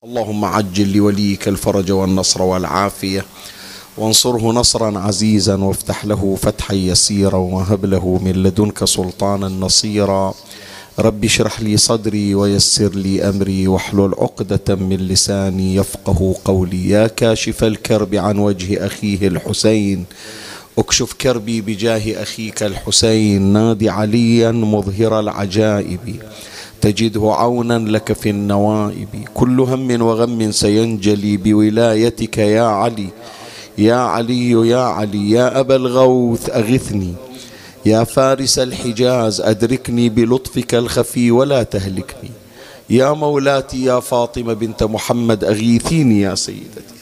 اللهم عجل لوليك الفرج والنصر والعافية، وانصره نصرا عزيزا، وافتح له فتحا يسيرا، وهب له من لدنك سلطانا نصيرا. رب اشرح لي صدري ويسر لي أمري، واحلل عقدة من لساني يفقه قولي. يا كاشف الكرب عن وجه أخيه الحسين، اكشف كربي بجاه أخيك الحسين. نادي عليا مظهر العجائب، تجده عونا لك في النوائب. كل هم وغم سينجلي بولايتك يا علي، يا علي يا علي. يا أبا الغوث أغثني، يا فارس الحجاز أدركني بلطفك الخفي ولا تهلكني. يا مولاتي يا فاطمة بنت محمد أغيثيني يا سيدتي.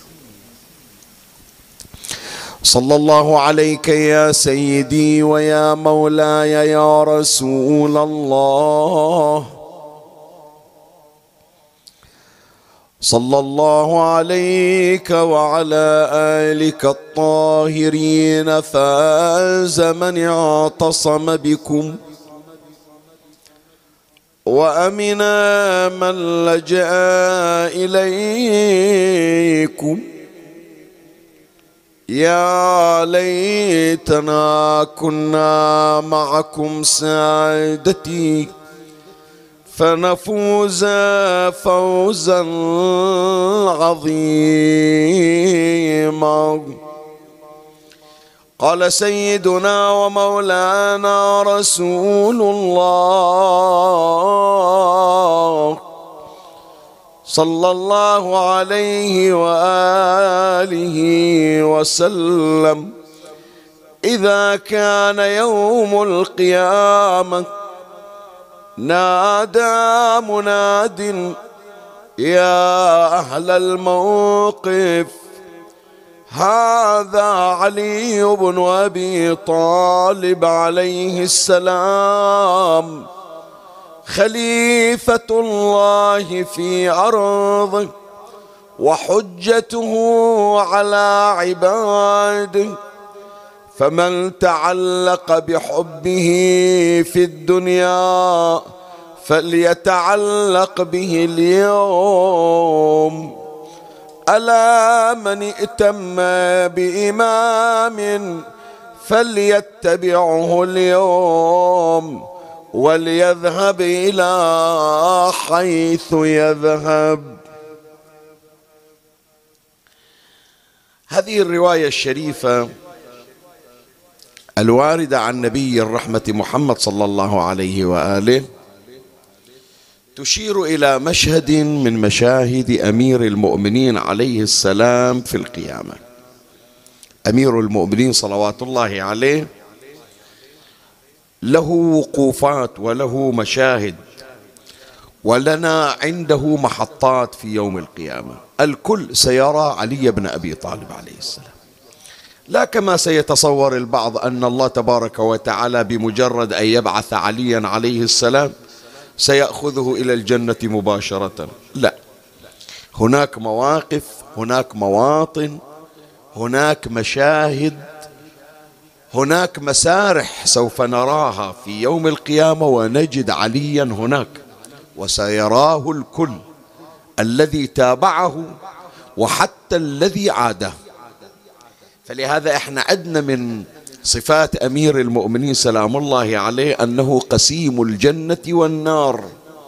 صلى الله عليك يا سيدي ويا مولاي يا رسول الله. صلى الله عليك وعلى آلك الطاهرين. فاز من اعتصم بكم، وأمنا من لجأ إليكم. يا ليتنا كنا معكم سادتي، فنفوز فوزا عظيما. قال سيدنا ومولانا رسول الله صلى الله عليه وآله وسلم: إذا كان يوم القيامة نادى مناد: يا أهل الموقف، هذا علي بن أبي طالب عليه السلام، خليفة الله في أرضه، وحجته على عباده. فمن تعلق بحبه في الدنيا فليتعلق به اليوم. ألا من ائتم بإمام فليتبعه اليوم، وليذهب إلى حيث يذهب. هذه الرواية الشريفة الواردة عن نبي الرحمة محمد صلى الله عليه وآله تشير إلى مشهد من مشاهد أمير المؤمنين عليه السلام في القيامة. أمير المؤمنين صلوات الله عليه له وقوفات وله مشاهد، ولنا عنده محطات في يوم القيامة. الكل سيرى علي بن أبي طالب عليه السلام، لا كما سيتصور البعض أن الله تبارك وتعالى بمجرد أن يبعث عليا عليه السلام سيأخذه إلى الجنة مباشرة. لا، هناك مواقف، هناك مواطن، هناك مشاهد، هناك مسارح سوف نراها في يوم القيامة، ونجد عليا هناك وسيراه الكل، الذي تابعه وحتى الذي عاده. فلهذا احنا عندنا من صفات أمير المؤمنين سلام الله عليه أنه قسيم الجنة والنار.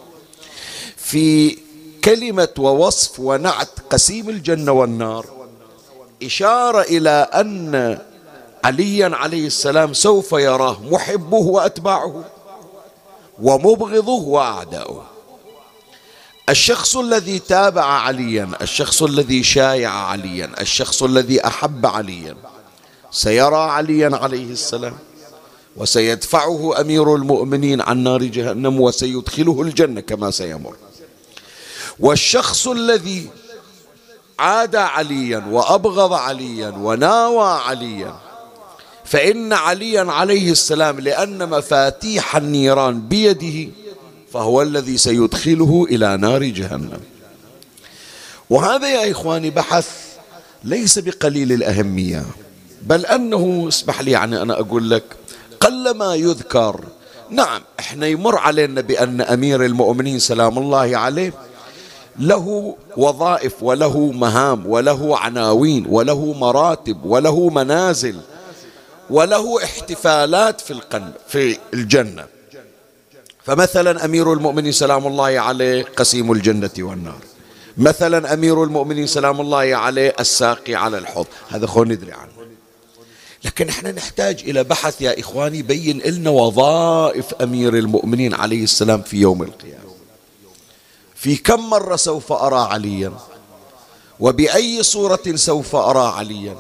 في كلمة ووصف ونعت قسيم الجنة والنار إشارة إلى أن عليا عليه السلام سوف يراه محبه وأتباعه ومبغضه وأعداؤه. الشخص الذي تابع عليا، الشخص الذي شايع عليا، الشخص الذي أحب عليا سيرى عليا عليه السلام، وسيدفعه أمير المؤمنين عن نار جهنم وسيدخله الجنة كما سيمر. والشخص الذي عاد عليا وأبغض عليا وناوى عليا، فإن عليا عليه السلام لأن مفاتيح النيران بيده فهو الذي سيدخله إلى نار جهنم. وهذا يا إخواني بحث ليس بقليل الأهمية، بل أنه اسمح لي أنا أقول لك قلما يذكر نعم احنا يمر علينا بأن أمير المؤمنين سلام الله عليه له وظائف وله مهام وله عناوين وله مراتب وله منازل وله احتفالات في الجنة. فمثلا أمير المؤمنين سلام الله عليه قسيم الجنة والنار، مثلا أمير المؤمنين سلام الله عليه الساقي على الحوض، هذا خو ندري عنه. لكن احنا نحتاج إلى بحث يا إخواني يبين لنا وظائف أمير المؤمنين عليه السلام في يوم القيامة. في كم مرة سوف أرى عليا، وبأي صورة سوف أرى عليا،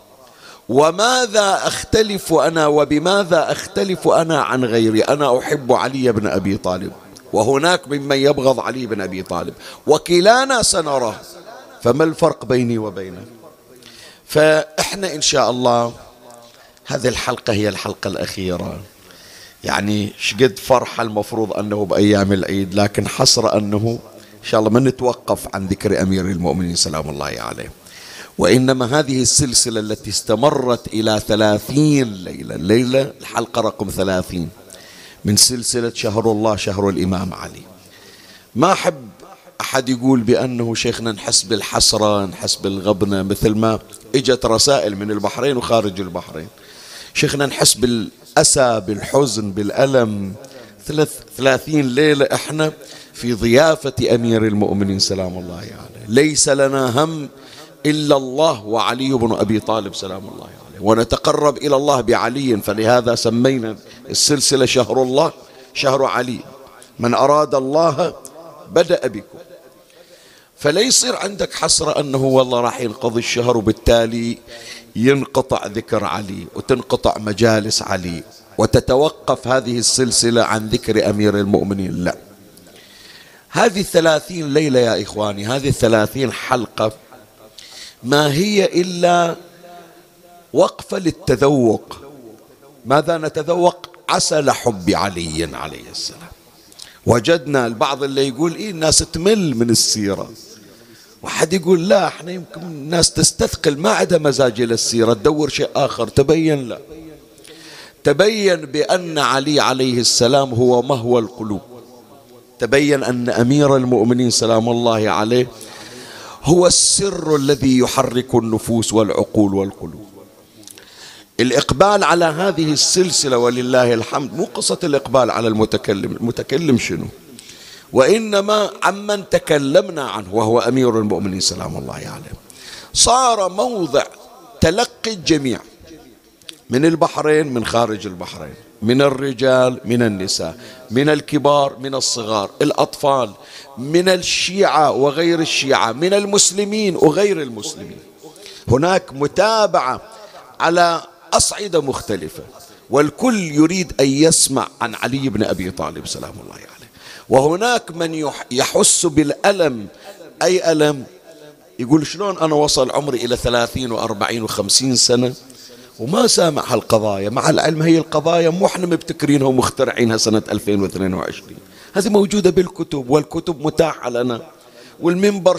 وماذا أختلف أنا وبماذا أختلف أنا عن غيري. أنا أحب علي بن أبي طالب، وهناك ممن يبغض علي بن أبي طالب، وكلانا سنراه، فما الفرق بيني وبينه؟ فإحنا إن شاء الله هذه الحلقة هي الحلقة الأخيرة، يعني شقد فرحة المفروض أنه بأيام العيد، لكن حسرة أنه إن شاء الله ما نتوقف عن ذكر أمير المؤمنين سلام الله عليه. وإنما هذه السلسلة التي استمرت إلى 30 ليلة، الليلة الحلقة رقم 30 من سلسلة شهر الله شهر الإمام علي. ما أحب أحد يقول بأنه شيخنا نحس بالحسرة نحس بالغبنة، مثل ما إجت رسائل من البحرين وخارج البحرين، شيخنا نحس بالأسى بالحزن بالألم. 30 ليلة إحنا في ضيافة أمير المؤمنين سلام الله عليه، ليس لنا هم إلا الله وعلي بن أبي طالب سلام الله عليه، ونتقرب إلى الله بعلي، فلهذا سمينا السلسلة شهر الله شهر علي، من أراد الله بدأ بكم. فلا يصير عندك حسرة أنه والله راح ينقضي الشهر وبالتالي ينقطع ذكر علي وتنقطع مجالس علي وتتوقف هذه السلسلة عن ذكر أمير المؤمنين. لا، هذه 30 ليلة يا إخواني، هذه 30 حلقة ما هي إلا وقفة للتذوق. ماذا نتذوق؟ عسل حب علي عليه السلام. وجدنا البعض اللي يقول الناس تمل من السيرة، وحد يقول لا احنا يمكن الناس تستثقل ما عندها مزاج إلى السيرة تدور شيء آخر. تبين لا، تبين بأن علي عليه السلام هو مهوى القلوب، تبين أن أمير المؤمنين سلام الله عليه هو السر الذي يحرك النفوس والعقول والقلوب. الإقبال على هذه السلسلة ولله الحمد مو قصة الإقبال على المتكلم، المتكلم شنو، وإنما عمن تكلمنا عنه وهو أمير المؤمنين سلام الله عليه. صار موضع تلقي الجميع من البحرين من خارج البحرين، من الرجال من النساء، من الكبار من الصغار، الأطفال، من الشيعة وغير الشيعة، من المسلمين وغير المسلمين. هناك متابعة على أصعدة مختلفة، والكل يريد أن يسمع عن علي بن أبي طالب سلام الله عليه. وهناك من يحس بالألم، أي ألم؟ يقول شلون أنا وصل عمري إلى 30 و40 و50 سنة وما سامع هالقضايا، مع العلم هي القضايا مو احنا مبتكرينها ومخترعينها سنة 2022، هذه موجودة بالكتب والكتب متاحة لنا، والمنبر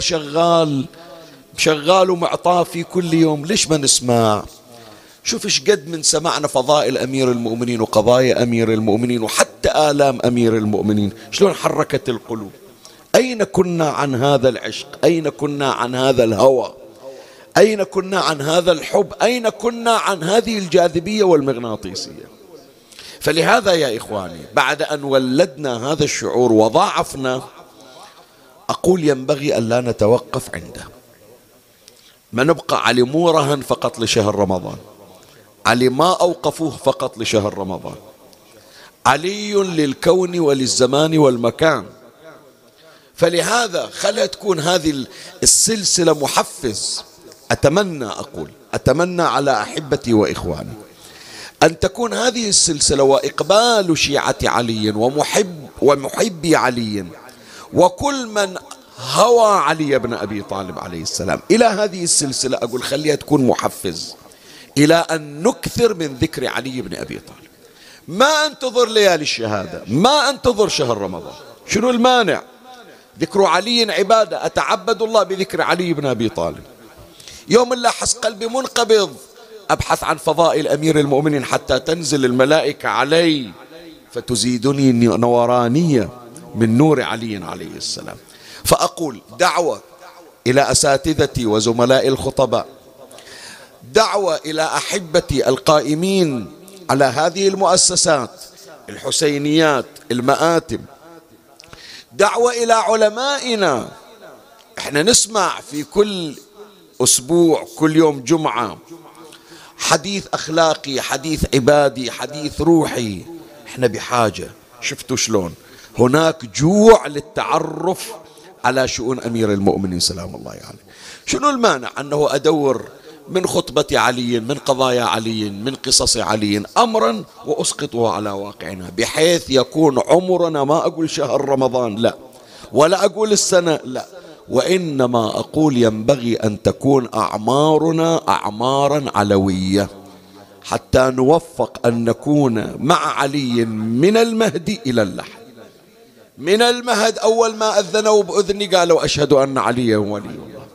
شغال ومعطاه في كل يوم، ليش ما نسمع؟ شوف ايش قد من سمعنا فضائل أمير المؤمنين وقضايا أمير المؤمنين وحتى آلام أمير المؤمنين شلون حركت القلوب. أين كنا عن هذا العشق؟ أين كنا عن هذا الهوى؟ أين كنا عن هذا الحب؟ أين كنا عن هذه الجاذبية والمغناطيسية؟ فلهذا يا إخواني بعد أن ولدنا هذا الشعور وضاعفنا، أقول ينبغي أن لا نتوقف عنده، ما نبقى علي مو رهن فقط لشهر رمضان، علي ما أوقفوه فقط لشهر رمضان، علي للكون وللزمان والمكان. فلهذا خلت تكون هذه السلسلة محفز. أتمنى على أحبتي وإخواني أن تكون هذه السلسلة وإقبال شيعة علي ومحبي علي وكل من هوى علي بن أبي طالب عليه السلام إلى هذه السلسلة، أقول خليها تكون محفز إلى أن نكثر من ذكر علي بن أبي طالب. ما أنتظر ليالي الشهادة، ما أنتظر شهر رمضان، شنو المانع؟ ذكر علي عبادة، أتعبد الله بذكر علي بن أبي طالب. يوم اللي أحس قلبي منقبض أبحث عن فضائل أمير المؤمنين حتى تنزل الملائكة علي فتزيدني نورانية من نور علي عليه السلام. فأقول دعوة إلى أساتذتي وزملائي الخطباء، دعوة إلى أحبتي القائمين على هذه المؤسسات، الحسينيات، المآتم، دعوة إلى علمائنا. احنا نسمع في كل أسبوع، كل يوم جمعة، حديث أخلاقي، حديث عبادي، حديث روحي. احنا بحاجة، شفتوا شلون هناك جوع للتعرف على شؤون أمير المؤمنين سلام الله عليه. يعني شنو المانع أنه أدور من خطبة علي، من قضايا علي، من قصص علي أمرا وأسقطه على واقعنا، بحيث يكون عمرنا، ما أقول شهر رمضان لا، ولا أقول السنة لا، وإنما أقول ينبغي أن تكون أعمارنا أعمارا علوية، حتى نوفق أن نكون مع علي من المهدي إلى اللحد. من المهد أول ما أذنوا بأذني قالوا أشهد أن عليا ولي الله،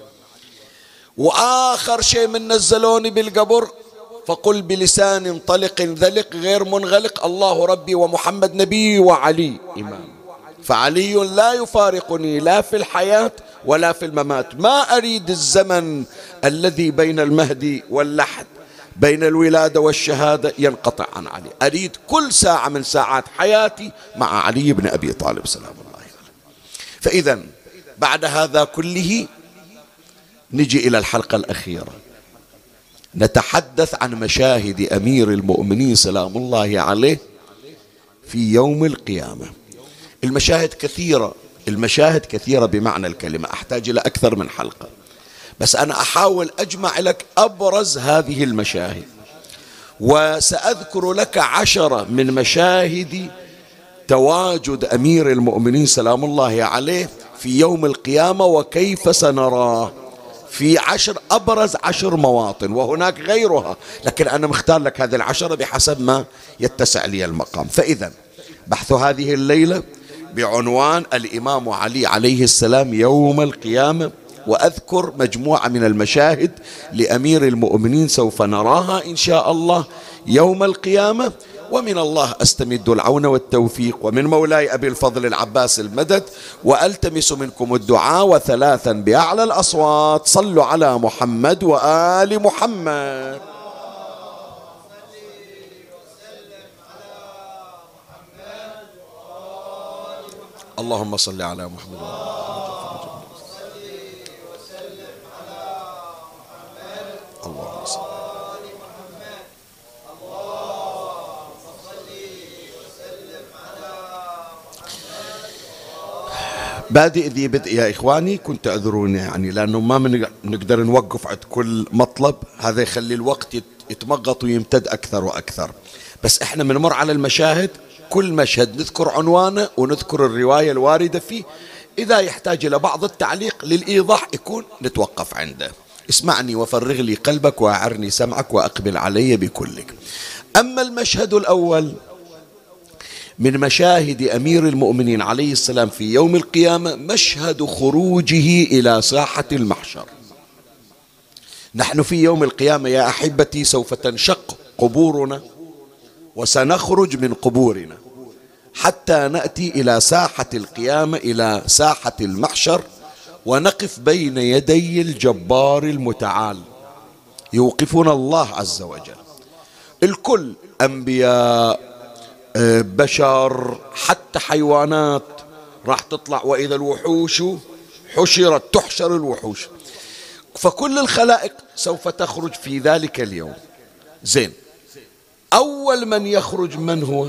وآخر شيء من نزلوني بالقبر فقل بلسان طلق ذلق غير منغلق الله ربي ومحمد نبي وعلي إمام، فعلي لا يفارقني لا في الحياة ولا في الممات. ما أريد الزمن الذي بين المهدي واللحد، بين الولادة والشهادة ينقطع عن علي، أريد كل ساعة من ساعات حياتي مع علي بن أبي طالب سلام الله عليه. فإذا بعد هذا كله نجي إلى الحلقة الأخيرة، نتحدث عن مشاهد أمير المؤمنين سلام الله عليه في يوم القيامة. المشاهد كثيرة، المشاهد كثيرة بمعنى الكلمة، أحتاج إلى أكثر من حلقة، بس أنا أحاول أجمع لك أبرز هذه المشاهد، وسأذكر لك 10 من مشاهد تواجد أمير المؤمنين سلام الله عليه في يوم القيامة، وكيف سنراه في أبرز 10 مواطن، وهناك غيرها، لكن أنا مختار لك هذه 10 بحسب ما يتسع لي المقام. فإذا بحث هذه الليلة بعنوان الإمام علي عليه السلام يوم القيامة، وأذكر مجموعة من المشاهد لأمير المؤمنين سوف نراها إن شاء الله يوم القيامة، ومن الله أستمد العون والتوفيق، ومن مولاي أبي الفضل العباس المدد، وألتمس منكم الدعاء، وثلاثا بأعلى الأصوات صلوا على محمد وآل محمد. اللهم صل على محمد اللهم صل. بادئ ذي بدء يا إخواني، كنت أعذروني يعني، لأنه ما نقدر نوقف عند كل مطلب، هذا يخلي الوقت يتمغط ويمتد أكثر وأكثر. بس إحنا بنمر على المشاهد، كل مشهد نذكر عنوانه ونذكر الرواية الواردة فيه، إذا يحتاج إلى بعض التعليق للإيضاح يكون نتوقف عنده. اسمعني وفرغ لي قلبك وأعرني سمعك وأقبل علي بكلك. أما المشهد الأول من مشاهد أمير المؤمنين عليه السلام في يوم القيامة، مشهد خروجه إلى ساحة المحشر. نحن في يوم القيامة يا أحبتي سوف تنشق قبورنا وسنخرج من قبورنا حتى نأتي إلى ساحة القيامة، إلى ساحة المحشر، ونقف بين يدي الجبار المتعال. يوقفنا الله عز وجل، الكل، أنبياء، بشر، حتى حيوانات راح تطلع، وإذا الوحوش حشرت، تحشر الوحوش، فكل الخلائق سوف تخرج في ذلك اليوم. زين، أول من يخرج من هو؟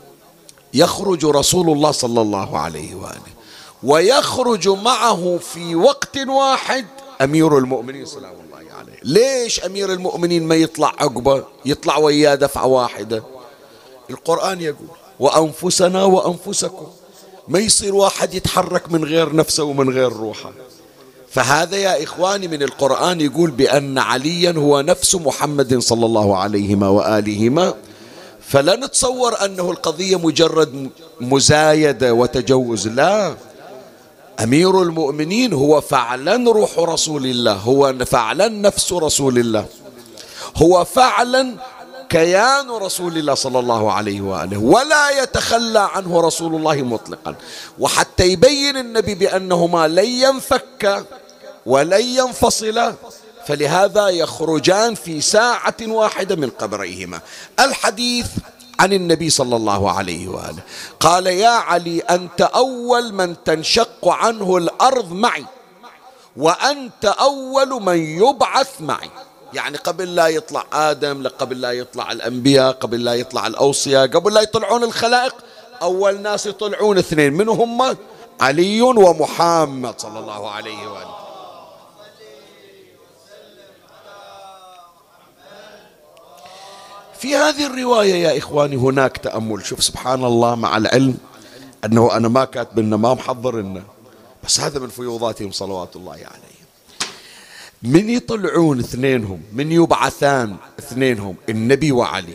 يخرج رسول الله صلى الله عليه وآله، ويخرج معه في وقت واحد أمير المؤمنين سلام الله عليه. ليش أمير المؤمنين ما يطلع عقبه، يطلع وياه دفعة واحدة؟ القرآن يقول وأنفسنا وأنفسكم، ما يصير واحد يتحرك من غير نفسه ومن غير روحه. فهذا يا إخواني من القرآن يقول بأن عليا هو نفس محمد صلى الله عليهما وآلهما، فلا نتصور أنه القضية مجرد مزايدة وتجوز، لا، أمير المؤمنين هو فعلا روح رسول الله، هو فعلا نفس رسول الله، هو فعلا كيان رسول الله صلى الله عليه وآله، ولا يتخلى عنه رسول الله مطلقا. وحتى يبين النبي بأنهما لن ينفك ولن ينفصلا، فلهذا يخرجان في ساعة واحدة من قبريهما. الحديث عن النبي صلى الله عليه وآله قال: يا علي أنت أول من تنشق عنه الأرض معي، وأنت أول من يبعث معي. يعني قبل لا يطلع آدم، قبل لا يطلع الأنبياء، قبل لا يطلع الأوصياء، قبل لا يطلعون الخلائق، أول ناس يطلعون اثنين، من هم؟ علي ومحمد صلى الله عليه وآله. في هذه الرواية يا إخواني هناك تأمل. شوف سبحان الله، مع العلم أنه أنا ما كاتب لنا، ما محضر لنا، بس هذا من فيوضاتهم صلوات الله عليهم. من يطلعون اثنينهم، من يبعثان اثنينهم، النبي وعلي،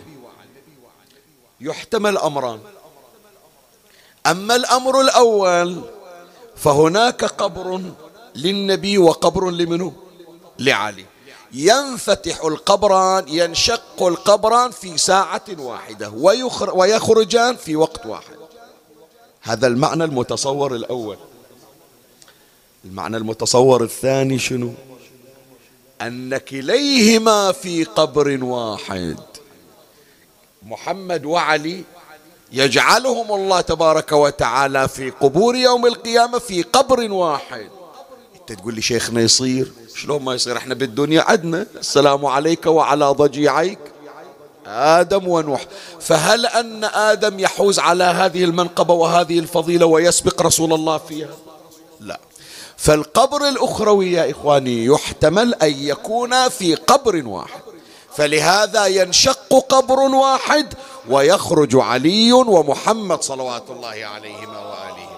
يحتمل أمران. أما الأمر الأول فهناك قبر للنبي وقبر لمنه؟ لعلي. ينفتح القبران، ينشق القبران في ساعة واحدة، ويخرجان في وقت واحد. هذا المعنى المتصور الأول. المعنى المتصور الثاني شنو؟ أن كليهما في قبر واحد. محمد وعلي يجعلهم الله تبارك وتعالى في قبور يوم القيامة في قبر واحد. انت تقول لي شيخنا يصير؟ شلون ما يصير؟ احنا بالدنيا عدنا السلام عليك وعلى ضجيعيك آدم ونوح، فهل أن آدم يحوز على هذه المنقبة وهذه الفضيلة ويسبق رسول الله فيها؟ لا. فالقبر الأخروي يا إخواني يحتمل أن يكون في قبر واحد، فلهذا ينشق قبر واحد ويخرج علي ومحمد صلوات الله عليهما وآلهما.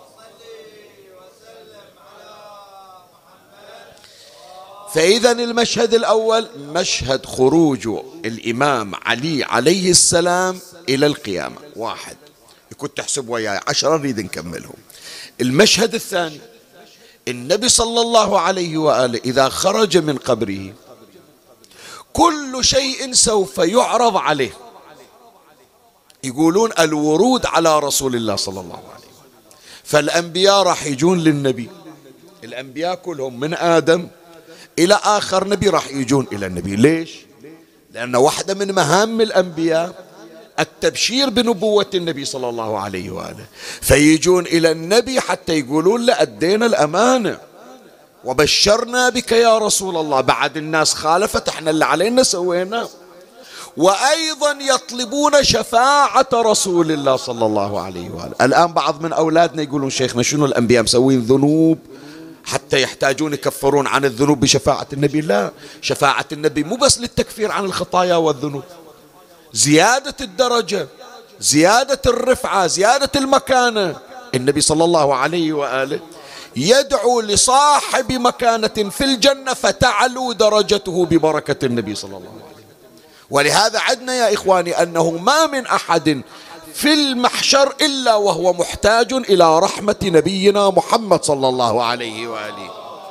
فإذا المشهد الأول مشهد خروج الإمام علي عليه السلام إلى القيامة، واحد. يكون تحسب وياي 10 نريد نكملهم. المشهد الثاني النبي صلى الله عليه وآله إذا خرج من قبره كل شيء سوف يعرض عليه. يقولون الورود على رسول الله صلى الله عليه وسلم، فالأنبياء راح يجون للنبي، الأنبياء كلهم من آدم إلى آخر نبي راح يجون إلى النبي. ليش؟ لأن واحدة من مهام الأنبياء التبشير بنبوة النبي صلى الله عليه وآله، فيجون إلى النبي حتى يقولون له أدينا الأمانة وبشرنا بك يا رسول الله، بعد الناس خالفت، احنا اللي علينا سوينا. وأيضا يطلبون شفاعة رسول الله صلى الله عليه وآله. الآن بعض من أولادنا يقولون شيخنا شنو الأنبياء مسوين ذنوب حتى يحتاجون يكفرون عن الذنوب بشفاعة النبي؟ لا، شفاعة النبي مو بس للتكفير عن الخطايا والذنوب، زيادة الدرجة، زيادة الرفعة، زيادة المكانة. النبي صلى الله عليه وآله يدعو لصاحب مكانة في الجنة فتعلو درجته ببركة النبي صلى الله عليه وسلم. ولهذا عدنا يا إخواني أنه ما من أحد في المحشر إلا وهو محتاج إلى رحمة نبينا محمد صلى الله عليه وآله.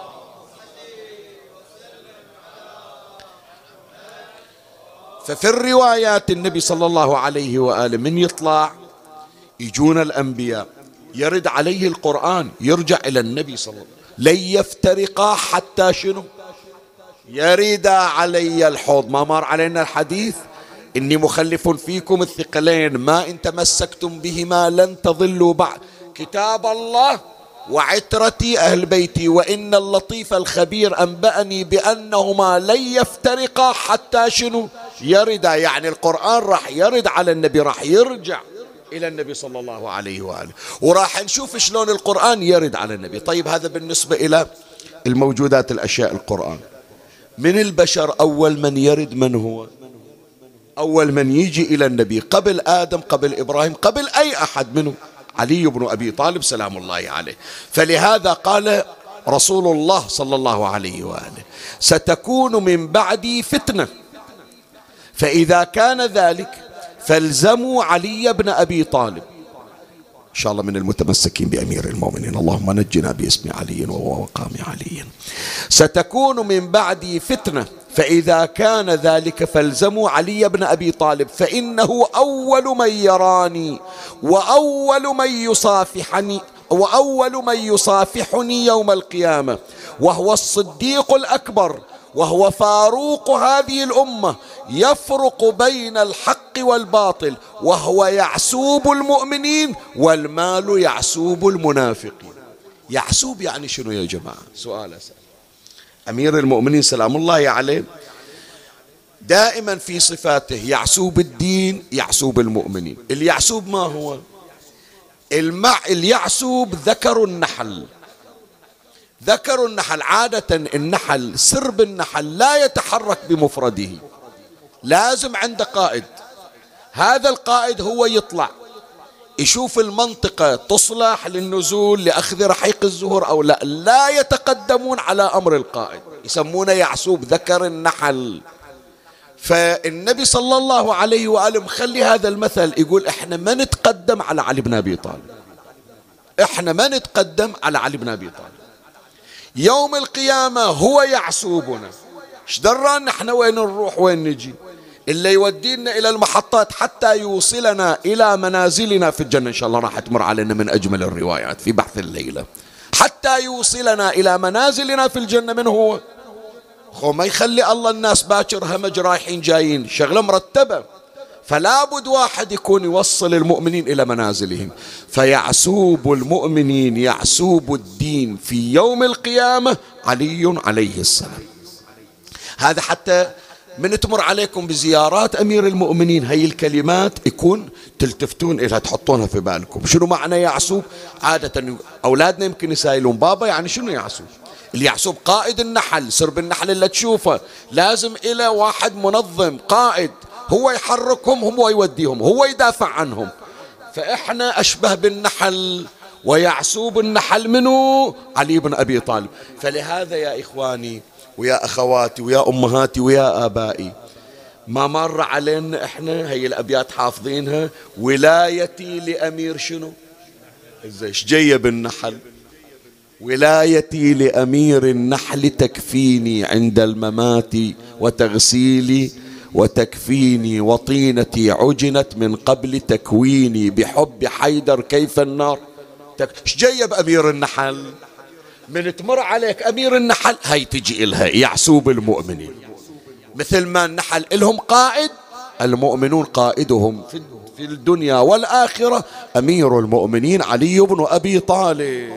ففي الروايات النبي صلى الله عليه وآله من يطلع يجون الأنبياء، يرد عليه القرآن، يرجع إلى النبي صلى الله عليه وسلم، لن يفترقا حتى شنو؟ يرد علي الحوض. ما مر علينا الحديث إني مخلف فيكم الثقلين ما إن تمسكتم بهما لن تضلوا بعد، كتاب الله وعترتي أهل بيتي، وإن اللطيف الخبير أنبأني بأنهما لن يفترقا حتى شنو؟ يردا. يعني القرآن راح يرد على النبي، راح يرجع إلى النبي صلى الله عليه وآله، وراح نشوف شلون القرآن يرد على النبي. طيب هذا بالنسبة إلى الموجودات الأشياء القرآن. من البشر أول من يرد من هو؟ أول من يجي إلى النبي قبل آدم، قبل إبراهيم، قبل أي أحد منه علي بن أبي طالب سلام الله عليه. فلهذا قال رسول الله صلى الله عليه وآله ستكون من بعدي فتنة، فإذا كان ذلك فالزموا علي بن أبي طالب. إن شاء الله من المتمسكين بأمير المؤمنين، اللهم نجنا باسم علي ومقام علي. ستكون من بعدي فتنة فإذا كان ذلك فالزموا علي بن أبي طالب، فإنه أول من يراني وأول من يصافحني يوم القيامة، وهو الصديق الأكبر، وهو فاروق هذه الأمة، يفرق بين الحق والباطل، وهو يعسوب المؤمنين والمال يعسوب المنافقين. يعسوب يعني شنو يا جماعة؟ سؤال أسأل. أمير المؤمنين سلام الله عليه دائما في صفاته يعسوب الدين، يعسوب المؤمنين. اليعسوب ما هو؟ اليعسوب ذكر النحل. ذكر النحل عادة النحل، سرب النحل لا يتحرك بمفرده، لازم عنده قائد. هذا القائد هو يطلع يشوف المنطقة تصلح للنزول لأخذ رحيق الزهور أو لا، لا يتقدمون على أمر القائد، يسمونه يعسوب ذكر النحل. فالنبي صلى الله عليه وآله مخلي هذا المثل، يقول احنا ما نتقدم على علي بن أبي طالب، احنا ما نتقدم على علي بن أبي طالب. يوم القيامة هو يعسوبنا، ايش دران نحن وين نروح وين نجي؟ اللي يودينا إلى المحطات حتى يوصلنا إلى منازلنا في الجنة. إن شاء الله راح تمر علينا من أجمل الروايات في بحث الليلة. حتى يوصلنا إلى منازلنا في الجنة. من هو؟ ما يخلي الله الناس باكر همج رايحين جايين، شغلة مرتبة، فلا بد واحد يكون يوصل المؤمنين إلى منازلهم. فيعسوب المؤمنين يعسوب الدين في يوم القيامة علي عليه السلام. هذا حتى من تمر عليكم بزيارات أمير المؤمنين هاي الكلمات يكون تلتفتون إليها، تحطونها في بالكم. شنو معنى يعسوب؟ عادة أولادنا يمكن يسائلون بابا يعني شنو يعسوب؟ اليعسوب قائد النحل، سرب النحل اللي تشوفه لازم إلى واحد منظم قائد، هو يحركهم، هو يوديهم، هو يدافع عنهم. فإحنا أشبه بالنحل، ويعسوب النحل منه علي بن أبي طالب. فلهذا يا إخواني ويا أخواتي ويا أمهاتي ويا آبائي، ما مر علينا إحنا هي الأبيات حافظينها: ولايتي لأمير شنو؟ إيش جاية بالنحل؟ ولايتي لأمير النحل تكفيني عند الممات وتغسيلي وتكفيني، وطينتي عجنت من قبل تكويني، بحب حيدر كيف النار. إيش جاية بأمير النحل؟ من تمر عليك أمير النحل هاي تجي إلها يعسوب المؤمنين. مثل ما النحل إلهم قائد، المؤمنون قائدهم في الدنيا والآخرة أمير المؤمنين علي بن أبي طالب.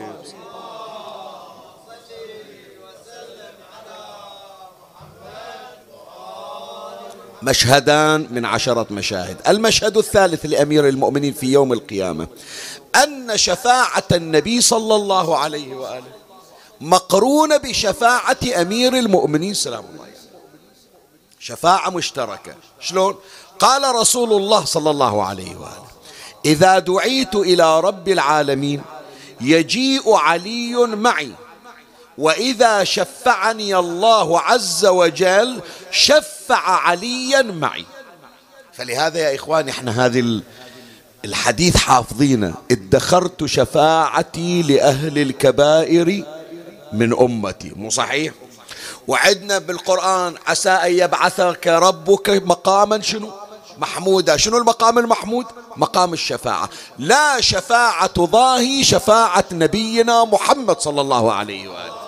مشهدان من 10 مشاهد. المشهد الثالث لأمير المؤمنين في يوم القيامة أن شفاعة النبي صلى الله عليه وآله مقرونة بشفاعة أمير المؤمنين سلام الله عليه. شفاعة مشتركة. شلون؟ قال رسول الله صلى الله عليه وآله: إذا دعيت إلى رب العالمين يجيء علي معي، وإذا شفعني الله عز وجل شفع عليا معي. فلهذا يا إخواني احنا هذه الحديث حافظينه: ادخرت شفاعتي لأهل الكبائر من أمتي. مو صحيح؟ وعدنا بالقرآن: عسى أن يبعثك ربك مقاما شنو؟ محمودا. شنو المقام المحمود؟ مقام الشفاعة. لا شفاعة ضاهي شفاعة نبينا محمد صلى الله عليه وآله.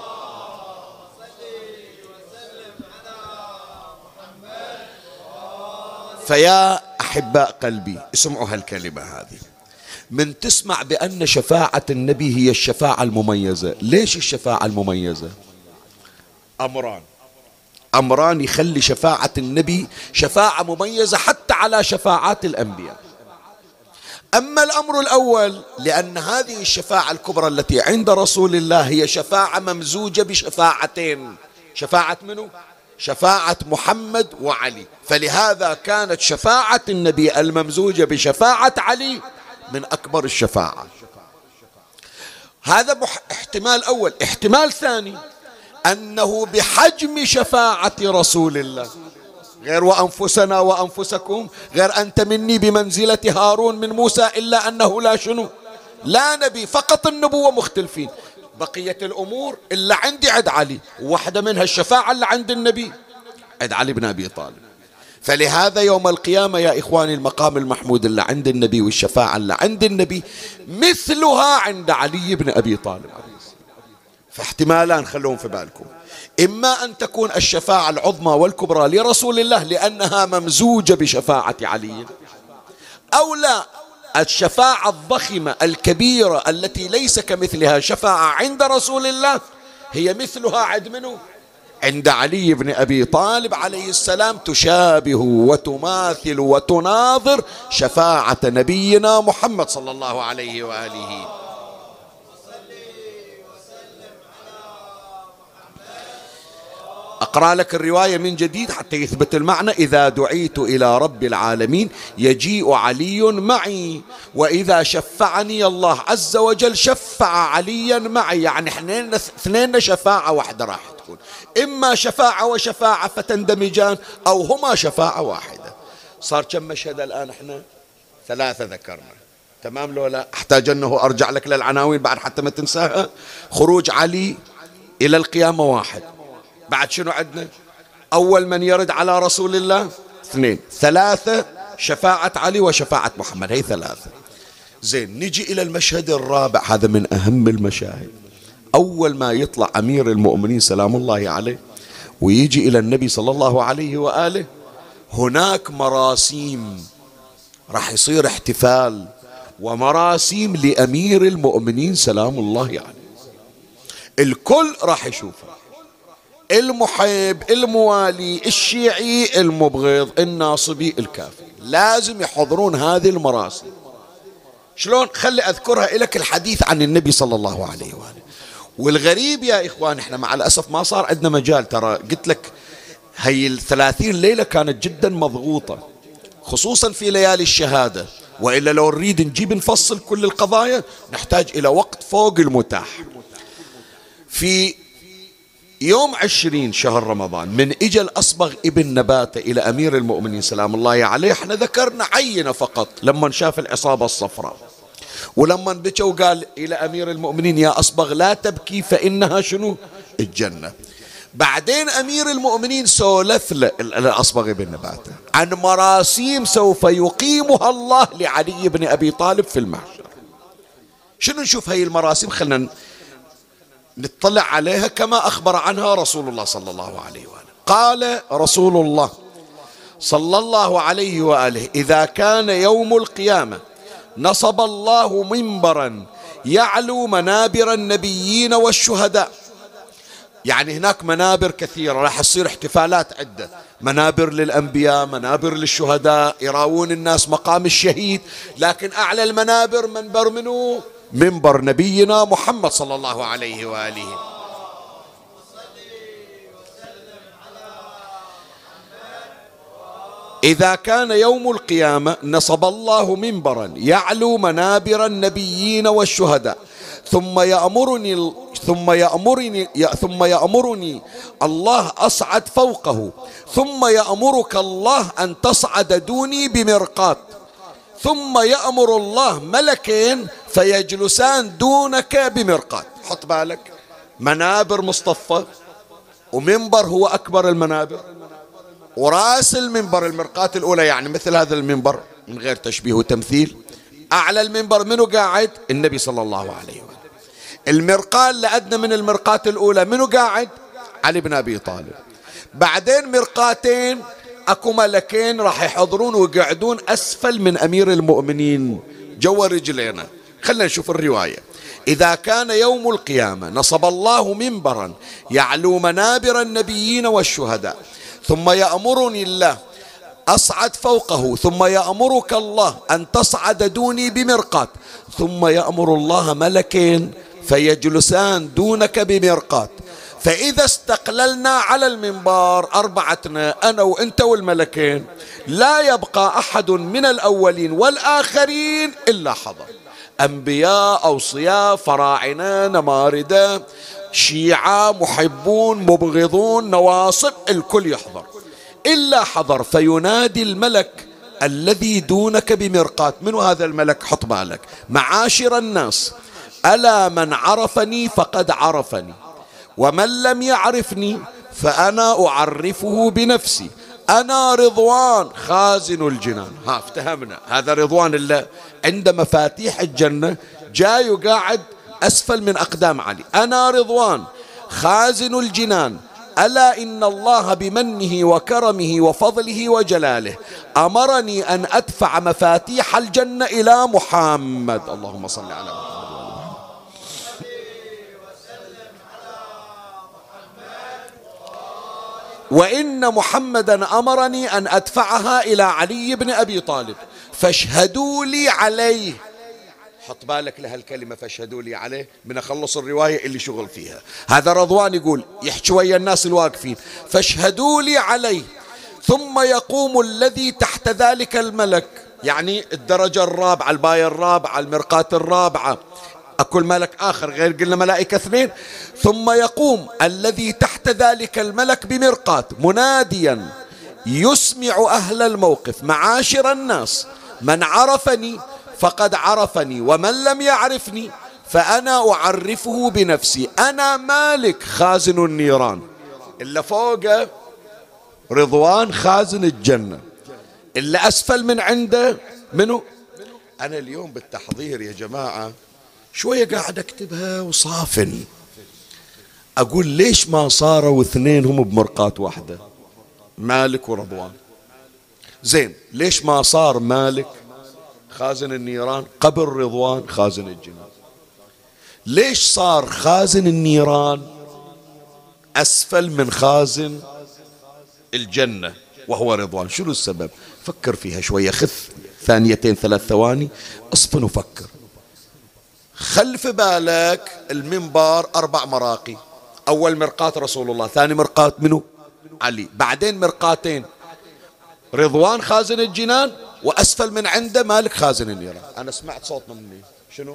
فيا أحباء قلبي اسمعوا هالكلمة هذه. من تسمع بأن شفاعة النبي هي الشفاعة المميزة. ليش الشفاعة المميزة؟ أمران يخلي شفاعة النبي شفاعة مميزة حتى على شفاعات الأنبياء. أما الأمر الأول لأن هذه الشفاعة الكبرى التي عند رسول الله هي شفاعة ممزوجة بشفاعتين. شفاعة منه؟ شفاعة محمد وعلي. فلهذا كانت شفاعة النبي الممزوجة بشفاعة علي من أكبر الشفاعات. هذا احتمال أول. احتمال ثاني أنه بحجم شفاعة رسول الله، غير وأنفسنا وأنفسكم، غير أنت مني بمنزلة هارون من موسى، إلا أنه لا شنو؟ لا نبي، فقط النبوة مختلفين. بقية الأمور إلا عندي عند علي، واحدة منها الشفاعة اللي عند النبي عند علي بن أبي طالب. فلهذا يوم القيامة يا إخواني المقام المحمود اللي عند النبي والشفاعة اللي عند النبي مثلها عند علي بن أبي طالب. فاحتمالان خلوهم في بالكم، إما أن تكون الشفاعة العظمى والكبرى لرسول الله لأنها ممزوجة بشفاعة علي، أو لا، الشفاعة الضخمة الكبيرة التي ليس كمثلها شفاعة عند رسول الله هي مثلها عند منه؟ عند علي بن أبي طالب عليه السلام، تشابه وتماثل وتناظر شفاعة نبينا محمد صلى الله عليه وآله. أقرأ لك الرواية من جديد حتى يثبت المعنى. إذا دعيت إلى رب العالمين يجيء علي معي، وإذا شفعني الله عز وجل شفع عليا معي. يعني اثنين شفاعة واحدة راح تكون، إما شفاعة وشفاعة فتندمجان، أو هما شفاعة واحدة. صار كم مشهد الآن؟ احنا 3 ذكرنا، تمام لو لا؟ أحتاج أنه أرجع لك للعناوين بعد حتى ما تنساها. خروج علي إلى القيامة 1، بعد شنو عندنا؟ أول من يرد على رسول الله 2، 3 شفاعة علي وشفاعة محمد، هي 3. زين، نجي إلى المشهد الرابع، هذا من أهم المشاهد. أول ما يطلع أمير المؤمنين سلام الله عليه ويجي إلى النبي صلى الله عليه وآله، هناك مراسيم، راح يصير احتفال ومراسيم لأمير المؤمنين سلام الله عليه. الكل راح يشوفه، المحب، الموالي، الشيعي، المبغض، الناصبي، الكافر، لازم يحضرون هذه المراسم. شلون؟ خلي أذكرها لك الحديث عن النبي صلى الله عليه وآله. والغريب يا إخوان، إحنا مع الأسف ما صار عندنا مجال، ترى قلت لك هي 30 ليلة كانت جدا مضغوطة، خصوصا في ليالي الشهادة، وإلا لو نريد نجيب نفصل كل القضايا نحتاج إلى وقت فوق المتاح. في يوم 20 شهر رمضان من إجا الأصبغ ابن نباتة إلى أمير المؤمنين سلام الله عليه، احنا ذكرنا عينة فقط لما شاف العصابة الصفراء، ولما بكى وقال إلى أمير المؤمنين يا أصبغ لا تبكي فإنها شنو؟ الجنة. بعدين أمير المؤمنين سولف الأصبغ ابن نباتة عن مراسيم سوف يقيمها الله لعلي بن أبي طالب في المحشر. شنو نشوف هاي المراسيم؟ خلنا نطلع عليها كما أخبر عنها رسول الله صلى الله عليه وآله. قال رسول الله صلى الله عليه وآله: إذا كان يوم القيامة نصب الله منبرا يعلو منابر النبيين والشهداء. يعني هناك منابر كثيرة، راح تصير احتفالات عدة، منابر للأنبياء، منابر للشهداء، يراون الناس مقام الشهيد، لكن أعلى المنابر منبر منه؟ منبر نبينا محمد صلى الله عليه وآله. إذا كان يوم القيامة نصب الله منبرا يعلو منابر النبيين والشهداء، ثم يأمرني الله أصعد فوقه، ثم يأمرك الله أن تصعد دوني بمرقات، ثم يأمر الله ملكين فيجلسان دونك بمرقات. حط بالك، منابر مصطفى، ومنبر هو أكبر المنابر، ورأس المنبر المرقات الأولى، يعني مثل هذا المنبر من غير تشبيه وتمثيل. أعلى المنبر منو قاعد؟ النبي صلى الله عليه وسلم. المرقاة اللي أدنى من المرقاة الأولى منو قاعد؟ علي بن أبي طالب. بعدين مرقاتين أكو ملكين راح يحضرون ويقعدون أسفل من أمير المؤمنين جوا رجلينا. خلنا نشوف الرواية. إذا كان يوم القيامة نصب الله منبرا يعلو منابر النبيين والشهداء، ثم يأمرني الله أصعد فوقه، ثم يأمرك الله أن تصعد دوني بمرقات، ثم يأمر الله ملكين فيجلسان دونك بمرقات، فإذا استقللنا على المنبر أربعتنا أنا وأنت والملكين لا يبقى أحد من الأولين والآخرين إلا حضر، أنبياء، أوصياء، فراعنة، نماردة، شيعة، محبون، مبغضون، نواصب، الكل يحضر إلا حضر، فينادي الملك الذي دونك بمرقات. من هذا الملك؟ حط بالك، معاشر الناس، ألا من عرفني فقد عرفني، ومن لم يعرفني فأنا أعرفه بنفسي. أنا رضوان خازن الجنان. افتهمنا، هذا رضوان الله عند مفاتيح الجنة، جاي وقاعد أسفل من أقدام علي. أنا رضوان خازن الجنان، ألا إن الله بمنه وكرمه وفضله وجلاله أمرني أن أدفع مفاتيح الجنة إلى محمد. اللهم صل على محمد. وإن محمدا أمرني أن أدفعها إلى علي بن أبي طالب فاشهدوا لي عليه. حط بالك لها الكلمة فاشهدوا لي عليه، من أخلص الرواية اللي شغل فيها. هذا رضوان يقول يحكي ويا الناس الواقفين فاشهدوا لي عليه، ثم يقوم الذي تحت ذلك الملك، يعني الدرجة الرابعة، الباية الرابعة، المرقاة الرابعة، أكل ملك آخر غير قلنا ملائكة اثنين. ثم يقوم الذي تحت ذلك الملك بمرقاة مناديا يسمع أهل الموقف معاشر الناس، من عرفني فقد عرفني ومن لم يعرفني فأنا أعرفه بنفسي. أنا مالك خازن النيران، اللي فوق رضوان خازن الجنة، اللي أسفل من عنده منه. أنا اليوم بالتحضير يا جماعة شوية قاعد أكتبها وصافن، أقول ليش ما صاروا اثنين هم بمرقاة واحدة، مالك ورضوان؟ زين، ليش ما صار مالك خازن النيران قبل رضوان خازن الجنان؟ ليش صار خازن النيران أسفل من خازن الجنة وهو رضوان؟ شنو السبب؟ فكر فيها شوية، خذ ثانيتين 3 ثواني، اصفن وفكر. خلف بالك المنبر 4 مراقي، أول مرقاة رسول الله، ثاني مرقاة منه علي، بعدين مرقاتين رضوان خازن الجنان، وأسفل من عنده مالك خازن النيران. أنا سمعت صوتنا مني شنو؟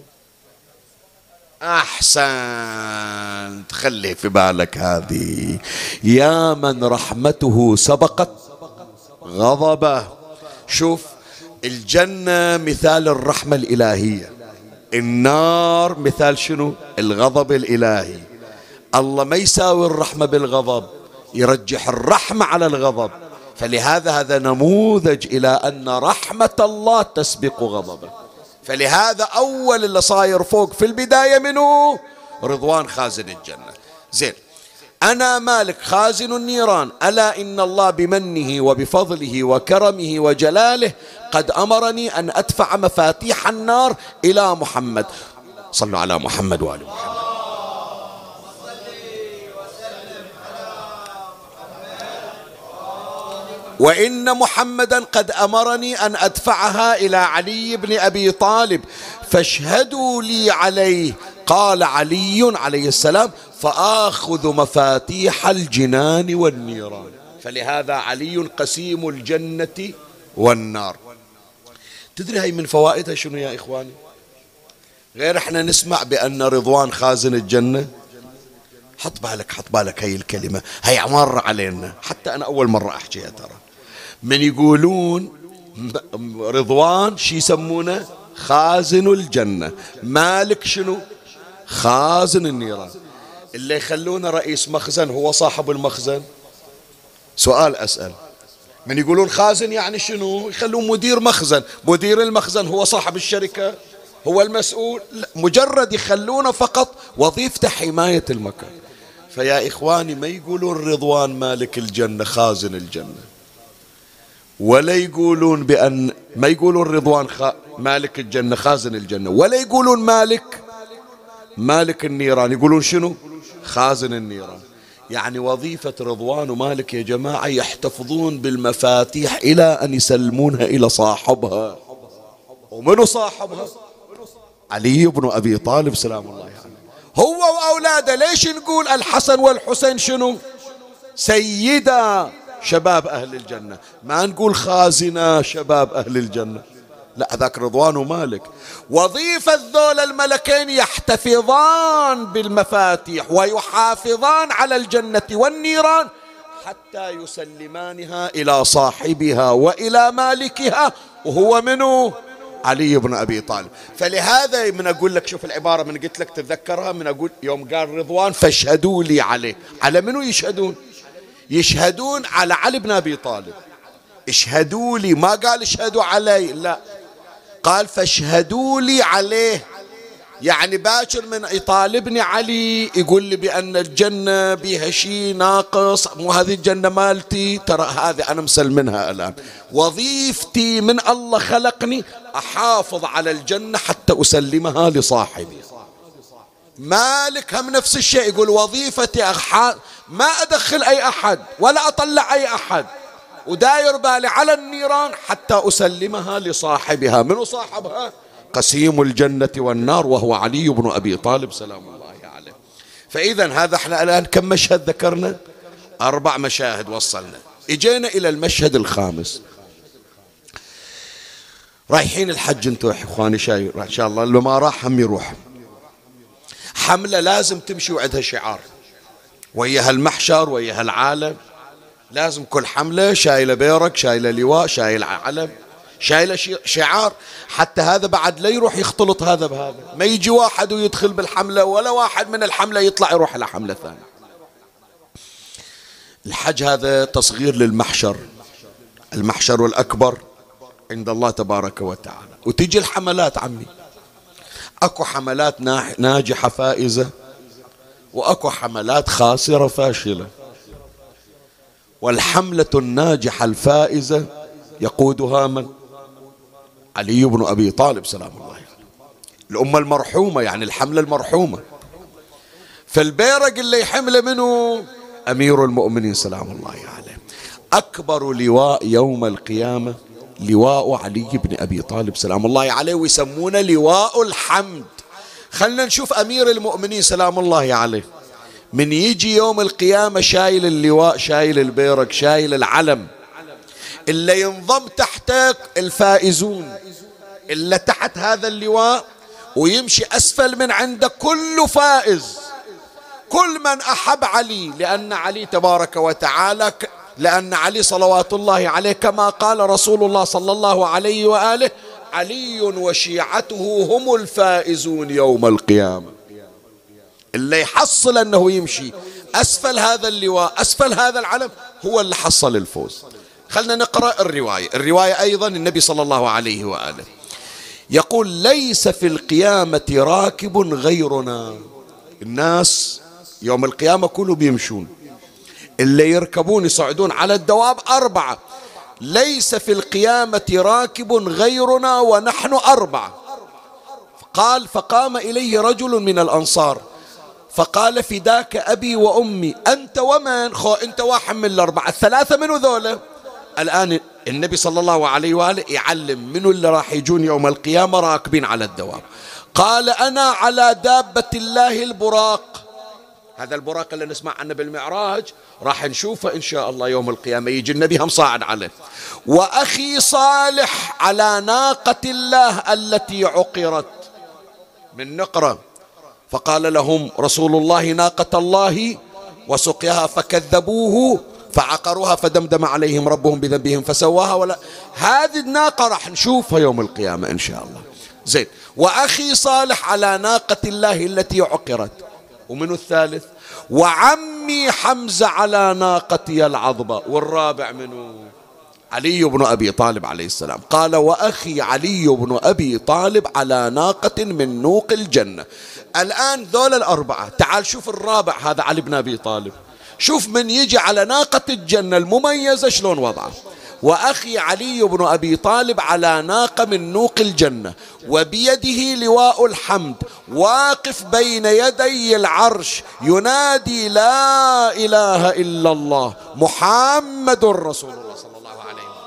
أحسن، خلي في بالك هذه، يا من رحمته سبقت غضبه. شوف، الجنة مثال الرحمة الإلهية، النار مثال شنو؟ الغضب الإلهي. الله ما يساوي الرحمة بالغضب، يرجح الرحمة على الغضب، فلهذا هذا نموذج إلى أن رحمة الله تسبق غضبه. فلهذا أول اللي صاير فوق في البداية منه رضوان خازن الجنة. زين، أنا مالك خازن النيران، ألا إن الله بمنه وبفضله وكرمه وجلاله قد أمرني أن أدفع مفاتيح النار إلى محمد. صلوا على محمد وآل محمد. وإن محمدا قد أمرني أن أدفعها إلى علي بن أبي طالب فاشهدوا لي عليه. قال علي عليه السلام فآخذ مفاتيح الجنان والنيران. فلهذا علي قسيم الجنة والنار. تدري هاي من فوائدها شنو يا إخواني؟ غير احنا نسمع بأن رضوان خازن الجنة، حط بالك هاي الكلمة، هاي عمارة علينا، حتى أنا أول مرة أحكيها ترى. من يقولون رضوان شي يسمونه خازن الجنة، مالك شنو؟ خازن النيران. اللي يخلونه رئيس مخزن هو صاحب المخزن. سؤال أسأل، من يقولون خازن يعني شنو؟ يخلون مدير مخزن، مدير المخزن هو صاحب الشركة، هو المسؤول؟ لا، مجرد يخلونه فقط وظيفته حماية المكان. فيا إخواني ما يقولون رضوان مالك الجنة خازن الجنة، ولا يقولون بأن ما يقولون رضوان مالك الجنة خازن الجنة، ولا يقولون مالك النيران، يقولون شنو؟ خازن النيران. يعني وظيفة رضوان ومالك يا جماعة يحتفظون بالمفاتيح إلى أن يسلمونها إلى صاحبها. ومنو صاحبها؟ علي بن أبي طالب سلام الله عليه، هو وأولاده. ليش نقول الحسن والحسين شنو؟ سيدا شباب أهل الجنة، ما نقول خازنا شباب أهل الجنة، لا، ذاك رضوان ومالك. وظيفة ذول الملكين يحتفظان بالمفاتيح ويحافظان على الجنة والنيران حتى يسلمانها إلى صاحبها وإلى مالكها، وهو منه علي بن أبي طالب. فلهذا من أقول لك، شوف العبارة من قلت لك تتذكرها، من أقول يوم قال رضوان فاشهدوا لي عليه، على منو يشهدون؟ يشهدون على علي بن أبي طالب. اشهدوا لي، ما قال اشهدوا علي، لا، قال فاشهدوا لي عليه. يعني باكر من يطالبني علي يقول لي بأن الجنة بها شيء ناقص، مو هذه الجنة مالتي، ترى هذه أنا مسلمنها الآن، وظيفتي من الله خلقني أحافظ على الجنة حتى أسلمها لصاحبي. مالك هم نفس الشيء، يقول وظيفتي ما أدخل أي أحد ولا أطلع أي أحد، وداير بالي على النيران حتى أسلمها لصاحبها. من صاحبها؟ قسيم الجنة والنار، وهو علي بن أبي طالب سلام الله عليه. فإذا هذا احنا الآن كم مشهد ذكرنا؟ 4 مشاهد وصلنا. اجينا إلى المشهد الخامس. رايحين الحج انتوا اخواني، شايف ان شاء الله اللي ما راح هم يروح. حملة لازم تمشي وعندها شعار، وياها المحشر وياها العالم. لازم كل حملة شايلة بيرك، شايلة لواء، شايلة علم، شايلة شعار، حتى هذا بعد لا يروح يختلط هذا بهذا، ما يجي واحد ويدخل بالحملة ولا واحد من الحملة يطلع يروح إلى حملة ثانية. الحج هذا تصغير للمحشر، المحشر الأكبر عند الله تبارك وتعالى. وتجي الحملات عمي، أكو حملات ناجحة فائزة، وأكو حملات خاسرة فاشلة. والحملة الناجحة الفائزة يقودها من؟ علي بن أبي طالب سلام الله عليه. الأمة المرحومة، يعني الحملة المرحومة. فالبيرق اللي يحمله منه أمير المؤمنين سلام الله عليه. أكبر لواء يوم القيامة لواء علي بن أبي طالب سلام الله عليه، ويسمونه لواء الحمد. خلنا نشوف أمير المؤمنين سلام الله عليه من يجي يوم القيامة شايل اللواء، شايل البيرق، شايل العلم. اللي ينضم تحتك الفائزون اللي تحت هذا اللواء، ويمشي أسفل من عندك كله فائز. كل من أحب علي، لأن علي تبارك وتعالى، لأن علي صلوات الله عليه كما قال رسول الله صلى الله عليه وآله: علي وشيعته هم الفائزون يوم القيامة. اللي يحصل أنه يمشي أسفل هذا اللواء، أسفل هذا العلم، هو اللي حصل الفوز. خلنا نقرأ الرواية أيضا. النبي صلى الله عليه وآله يقول: ليس في القيامة راكب غيرنا. الناس يوم القيامة كله بيمشون، اللي يركبون يصعدون على الدواب 4. ليس في القيامة راكب غيرنا ونحن 4. قال: فقام إليه رجل من الأنصار فقال: فداك أبي وأمي، أنت ومن؟ أنت واحد من ال4، ال3 منو ذولا؟ الآن النبي صلى الله عليه وآله يعلم منو اللي راح يجون يوم القيامة راكبين على الدواب. قال: أنا على دابة الله البراق. هذا البراق اللي نسمع عنه بالمعراج راح نشوفه إن شاء الله يوم القيامة، يجي النبي هم صاعد عليه. وأخي صالح على ناقة الله التي عقرت. من نقرة. فقال لهم رسول الله: ناقة الله وسقياها، فكذبوه فعقروها فدمدم عليهم ربهم بذنبهم فسواها. ولا هذه الناقة راح نشوفها يوم القيامة إن شاء الله. زين. وأخي صالح على ناقة الله التي عقرت. ومن الثالث؟ وعمي حمزة على ناقتي العظبة. والرابع منه؟ علي بن أبي طالب عليه السلام. قال: وأخي علي بن أبي طالب على ناقة من نوق الجنة. الآن ذول 4. تعال شوف الرابع، هذا علي بن أبي طالب. شوف من يجي على ناقة الجنة المميزة شلون وضعه. وأخي علي بن أبي طالب على ناقة من نوق الجنة، وبيده لواء الحمد، واقف بين يدي العرش ينادي: لا إله إلا الله محمد رسول الله صلى الله عليه وسلم.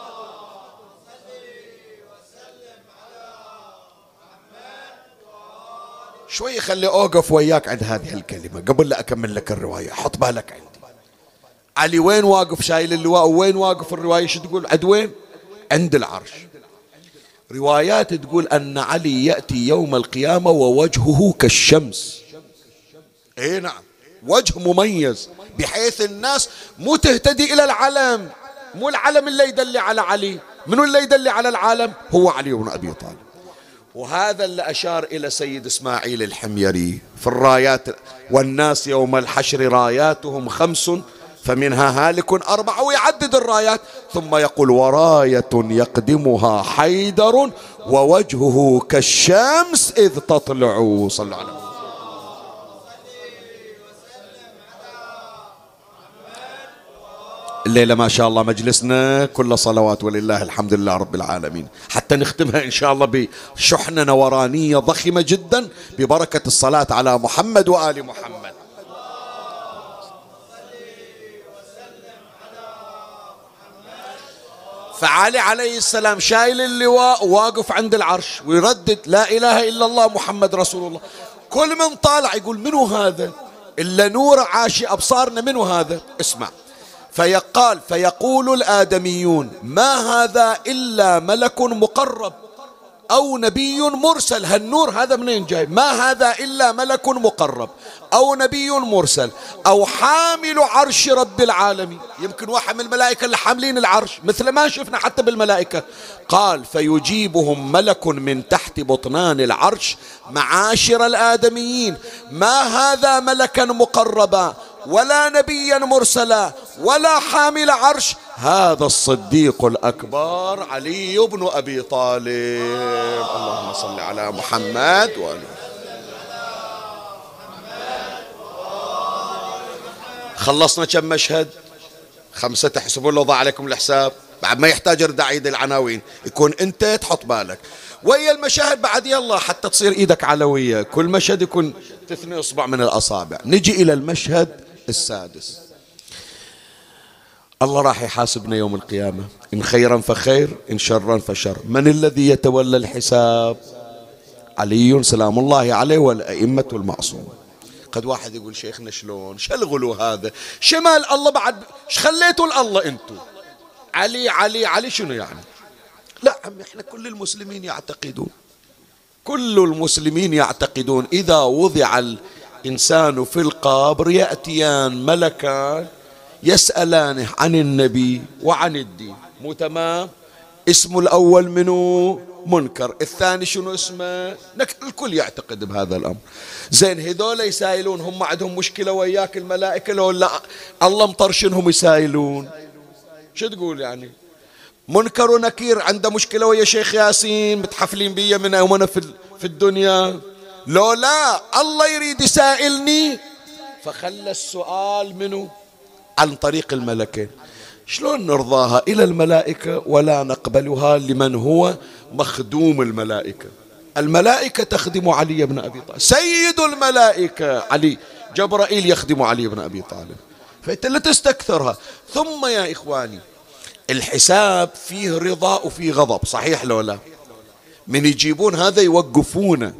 شوي خلي أوقف وياك عند هذه الكلمة قبل لا أكمل لك الرواية. حط بالك عندي. علي وين واقف شايل اللواء؟ وين واقف الرواية؟ شو تقول؟ عند وين؟ عند العرش. روايات تقول أن علي يأتي يوم القيامة ووجهه كالشمس. اي نعم، وجه مميز بحيث الناس مو تهتدي إلى العلم. مو العلم اللي يدل على علي، منو اللي يدل على العالم؟ هو علي بن أبي طالب. وهذا اللي أشار إلى سيد إسماعيل الحميري في الرايات: والناس يوم الحشر راياتهم 5 فمنها هالك أربعة ويعدد الرايات، ثم يقول وراية يقدمها حيدر ووجهه كالشمس إذ تطلع. صلوا على محمد. الليلة ما شاء الله مجلسنا كل صلوات ولله الحمد لله رب العالمين، حتى نختمها إن شاء الله بشحنة نورانية ضخمة جدا ببركة الصلاة على محمد وآل محمد. فعلي عليه السلام شايل اللواء واقف عند العرش ويردد لا إله إلا الله محمد رسول الله. كل من طالع يقول منو هذا إلا نور عاشي أبصارنا، منو هذا؟ اسمع، فيقول الآدميون ما هذا إلا ملك مقرب أو نبي مرسل. هالنور هذا منين جاي؟ ما هذا إلا ملك مقرب أو نبي مرسل أو حامل عرش رب العالمين. يمكن واحد من الملائكة اللي حاملين العرش مثل ما شفنا حتى بالملائكة. قال فيجيبهم ملك من تحت بطنان العرش معاشر الآدميين ما هذا ملكا مقربا ولا نبيا مرسلا ولا حامل عرش، هذا الصديق الأكبر علي بن أبي طالب. اللهم صل على محمد وآله. خلصنا كم مشهد؟ 5. تحسبون لو ضاع عليكم الحساب، بعد ما يحتاج ارد عيد العناوين، يكون انت تحط بالك ويا المشاهد بعد يلا حتى تصير ايدك علوية، كل مشهد يكون تثني اصبع من الاصابع. نجي الى المشهد السادس. الله راح يحاسبنا يوم القيامة، إن خيرا فخير إن شرا فشر. من الذي يتولى الحساب؟ علي سلام الله عليه والأئمة المعصوم. قد واحد يقول شيخنا شلون شلغلوا هذا شمال الله بعد خليتوا لله انتم علي علي علي شنو يعني؟ لا عمي احنا كل المسلمين يعتقدون إذا وضع الإنسان في القبر يأتيان ملكان يسألانه عن النبي وعن الدين، مو تمام؟ اسم الأول منو؟ منكر، الثاني شنو اسمه؟ الكل يعتقد بهذا الأمر. زين هذول يسائلون هم عندهم مشكلة وياك الملائكة لو لا الله مطرشنهم يسائلون؟ شو تقول يعني؟ منكر ونكير عنده مشكلة ويا شيخ ياسين متحفلين بي من يومنا في الدنيا، لو لا الله يريد يسائلني فخلى السؤال منه عن طريق الملكين. شلون نرضاها إلى الملائكة ولا نقبلها لمن هو مخدوم الملائكة؟ الملائكة تخدم علي بن أبي طالب، سيد الملائكة علي، جبرائيل يخدم علي بن أبي طالب، فأنت لا تستكثرها. ثم يا إخواني الحساب فيه رضا وفيه غضب، صحيح لو لا؟ من يجيبون هذا يوقفونه،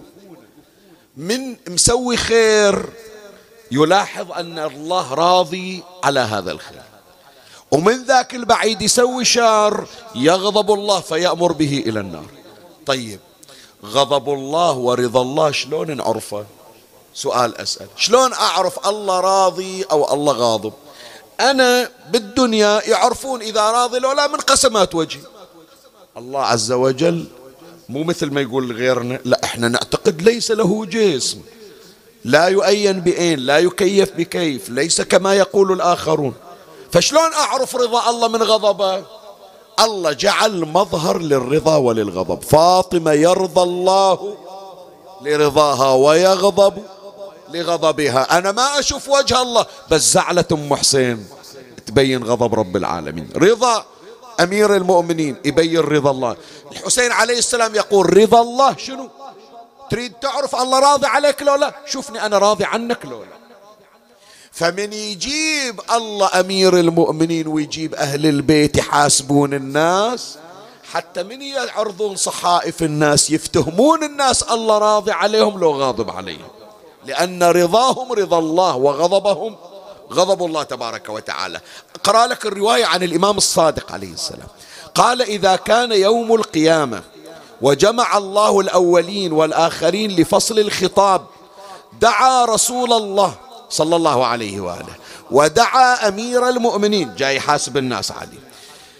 من مسوي خير يلاحظ أن الله راضي على هذا الخير، ومن ذاك البعيد يسوي شر يغضب الله فيأمر به إلى النار. طيب غضب الله ورضا الله شلون نعرفه؟ سؤال أسأل، شلون أعرف الله راضي أو الله غاضب؟ أنا بالدنيا يعرفون إذا راضي لو لا من قسمات وجهي. الله عز وجل مو مثل ما يقول غيرنا، لا احنا نعتقد ليس له جسم، لا يؤين بأين، لا يكيف بكيف، ليس كما يقول الآخرون. فشلون أعرف رضا الله من غضبه؟ الله جعل مظهر للرضا وللغضب. فاطمة يرضى الله لرضاها ويغضب لغضبها. أنا ما أشوف وجه الله بس زعلة أم حسين تبين غضب رب العالمين. رضا أمير المؤمنين يبين رضا الله. الحسين عليه السلام يقول رضا الله شنو؟ تريد تعرف الله راضي عليك لو لا؟ شوفني أنا راضي عنك لو لا. فمن يجيب الله أمير المؤمنين ويجيب أهل البيت يحاسبون الناس، حتى من يعرضون صحائف الناس يفتهمون الناس الله راضي عليهم لو غاضب عليهم، لأن رضاهم رضا الله وغضبهم غضب الله تبارك وتعالى. أقرأ لك الرواية عن الإمام الصادق عليه السلام قال إذا كان يوم القيامة وجمع الله الأولين والآخرين لفصل الخطاب دعا رسول الله صلى الله عليه وآله ودعا أمير المؤمنين جاي يحاسب الناس عليه،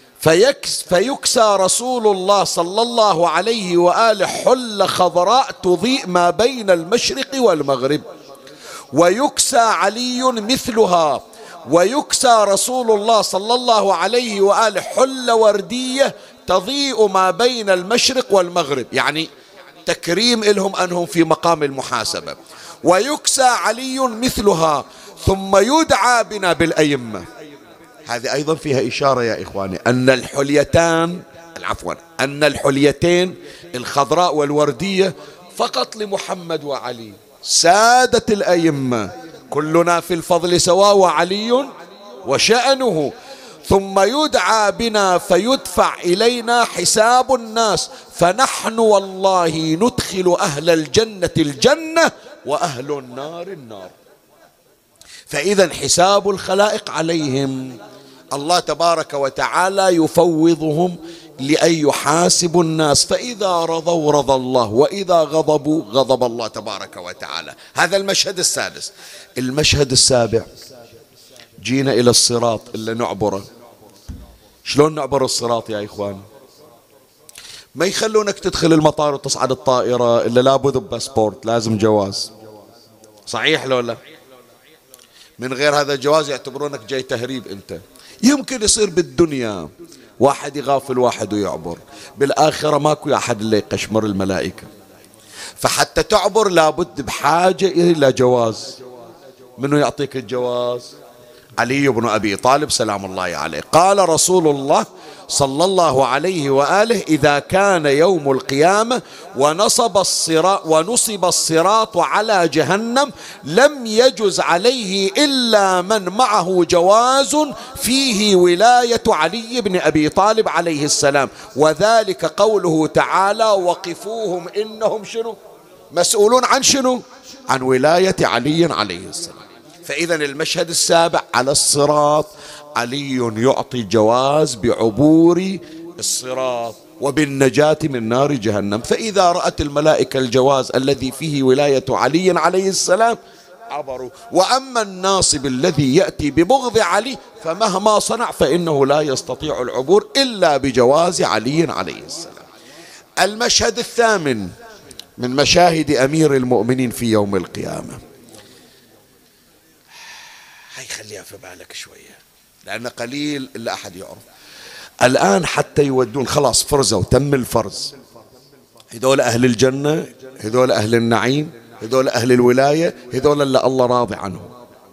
فيكسى رسول الله صلى الله عليه وآله حلة خضراء تضيء ما بين المشرق والمغرب، ويكسى علي مثلها ويكسى رسول الله صلى الله عليه وآله حلة وردية تضيء ما بين المشرق والمغرب، يعني تكريم لهم أنهم في مقام المحاسبة. ويكسى علي مثلها ثم يدعى بنا بالأئمة. هذه أيضا فيها إشارة يا إخواني أن الحليتين الخضراء والوردية فقط لمحمد وعلي سادة الأئمة، كلنا في الفضل سواء وعلي وشأنه. ثم يدعى بنا فيدفع إلينا حساب الناس، فنحن والله ندخل أهل الجنة الجنة وأهل النار النار. فإذا حساب الخلائق عليهم، الله تبارك وتعالى يفوضهم لأن يحاسبوا الناس، فإذا رضوا رضى الله، وإذا غضبوا غضب الله تبارك وتعالى. هذا المشهد السادس. المشهد السابع، جينا إلى الصراط إلا نعبره. شلون نعبر الصراط يا إخوان؟ ما يخلونك تدخل المطار وتصعد الطائرة إلا لابد باسبورت، لازم جواز، صحيح لو لا؟ من غير هذا الجواز يعتبرونك جاي تهريب. أنت يمكن يصير بالدنيا واحد يغافل واحد ويعبر، بالآخرة ماكو أحد اللي يقشمر الملائكة. فحتى تعبر لابد بحاجة إلى جواز. منو يعطيك الجواز؟ علي بن أبي طالب سلام الله عليه. قال رسول الله صلى الله عليه وآله: إذا كان يوم القيامة ونصب الصراط على جهنم لم يجز عليه إلا من معه جواز فيه ولاية علي بن أبي طالب عليه السلام، وذلك قوله تعالى: وقفوهم إنهم شنو؟ مسؤولون عن شنو؟ عن ولاية علي عليه السلام. فإذا المشهد السابع على الصراط، علي يعطي جواز بعبور الصراط وبالنجاة من نار جهنم. فإذا رأت الملائكة الجواز الذي فيه ولاية علي عليه السلام عبروا. وأما الناصب الذي يأتي ببغض علي فمهما صنع فإنه لا يستطيع العبور إلا بجواز علي عليه السلام. المشهد الثامن من مشاهد أمير المؤمنين في يوم القيامة، هاي خليها في بالك شوية لأن قليل إلا أحد يعرف. الآن حتى يودون خلاص فرزوا، تم الفرز، هذول أهل الجنة، هذول أهل النعيم، هذول أهل الولاية، هذول اللي الله راضي عنهم،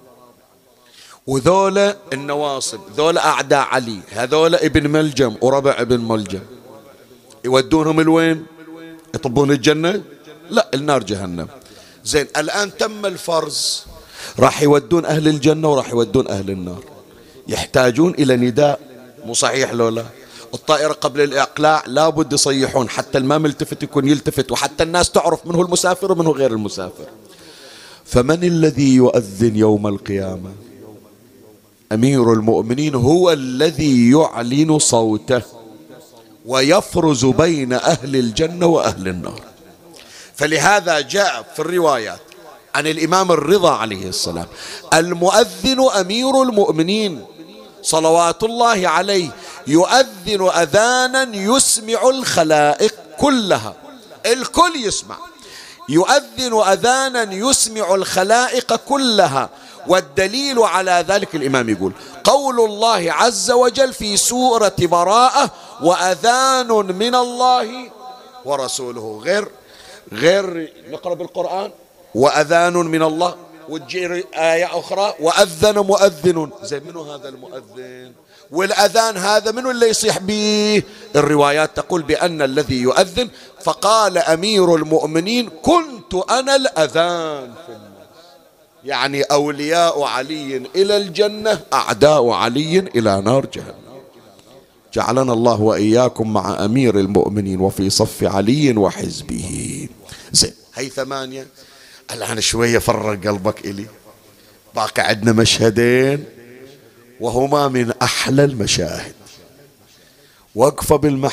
وذول النواصب، ذول أعداء علي، هذول ابن ملجم وربع ابن ملجم. يودونهم الوين؟ يطبون الجنة؟ لا، النار جهنم. زين، الآن تم الفرز، راح يودون أهل الجنة وراح يودون أهل النار. يحتاجون إلى نداء، مو صحيح لولا؟ الطائرة قبل الإقلاع لابد يصيحون حتى الماء ملتفت يكون يلتفت، وحتى الناس تعرف منه المسافر ومنه غير المسافر. فمن الذي يؤذن يوم القيامة؟ أمير المؤمنين هو الذي يعلن صوته ويفرز بين أهل الجنة وأهل النار. فلهذا جاء في الروايات عن الإمام الرضا عليه السلام: المؤذن أمير المؤمنين صلوات الله عليه، يؤذن أذانا يسمع الخلائق كلها، الكل يسمع، يؤذن أذانا يسمع الخلائق كلها. والدليل على ذلك الإمام يقول قول الله عز وجل في سورة براءة: وأذان من الله ورسوله. غير نقرأ بالقرآن وأذان من الله، وتجي آية أخرى وأذن مؤذن. زين، منو هذا المؤذن؟ والأذان هذا منو اللي يصيح به؟ الروايات تقول بأن الذي يؤذن، فقال أمير المؤمنين: كنت أنا الأذان في الناس. يعني أولياء علي إلى الجنة، أعداء علي إلى نار جهنم. جعلنا الله وإياكم مع أمير المؤمنين وفي صف علي وحزبه. زين، هي 8. الآن شوية فرق قلبك إلي، باقي عندنا مشهدين وهما من أحلى المشاهد. وقفة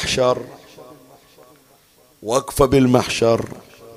بالمحشر،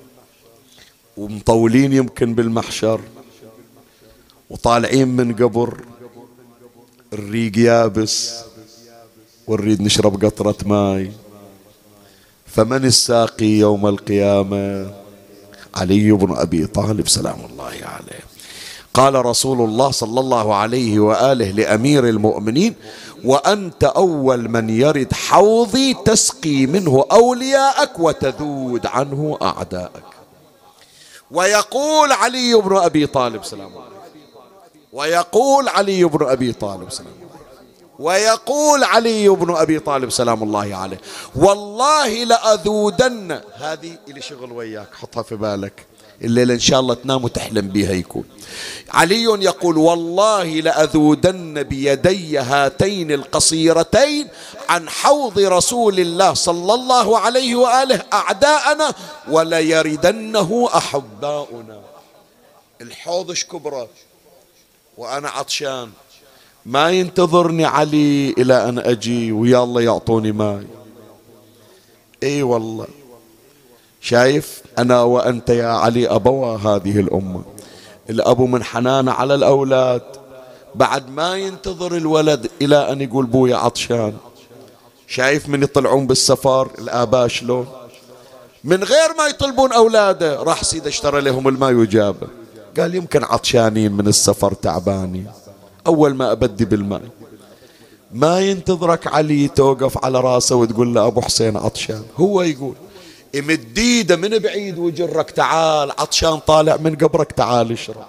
ومطولين يمكن بالمحشر، وطالعين من قبر، الريق يابس ونريد نشرب قطرة ماي. فمن الساقي يوم القيامة؟ علي بن أبي طالب سلام الله عليه. قال رسول الله صلى الله عليه وآله لأمير المؤمنين: وأنت أول من يرد حوضي تسقي منه أولياءك وتذود عنه أعداءك. ويقول علي بن أبي طالب سلام الله، ويقول علي بن أبي طالب سلام الله، ويقول علي بن أبي طالب سلام الله عليه: والله لأذودن. هذه إلي شغل وياك، حطها في بالك، الليلة إن شاء الله تنام وتحلم بها. يكون علي يقول: والله لأذودن بيدي هاتين القصيرتين عن حوض رسول الله صلى الله عليه وآله أعداءنا وليردنه أحباؤنا. الحوض كبرى وأنا عطشان، ما ينتظرني علي إلى أن أجي ويا الله يعطوني ماء. أي والله، شايف أنا وأنت يا علي أبوا هذه الأمة. الأب من حنانه على الأولاد بعد ما ينتظر الولد إلى أن يقول بويا عطشان. شايف من يطلعون بالسفر الآباء شلون من غير ما يطلبون أولاده راح سيد اشترى لهم الماء وجابه. قال يمكن عطشانين من السفر تعبانين، أول ما أبدي بالماء. ما ينتظرك علي توقف على راسه وتقول له أبو حسين عطشان، هو يقول امد ايده من بعيد وجرك تعال عطشان طالع من قبرك تعال اشرب.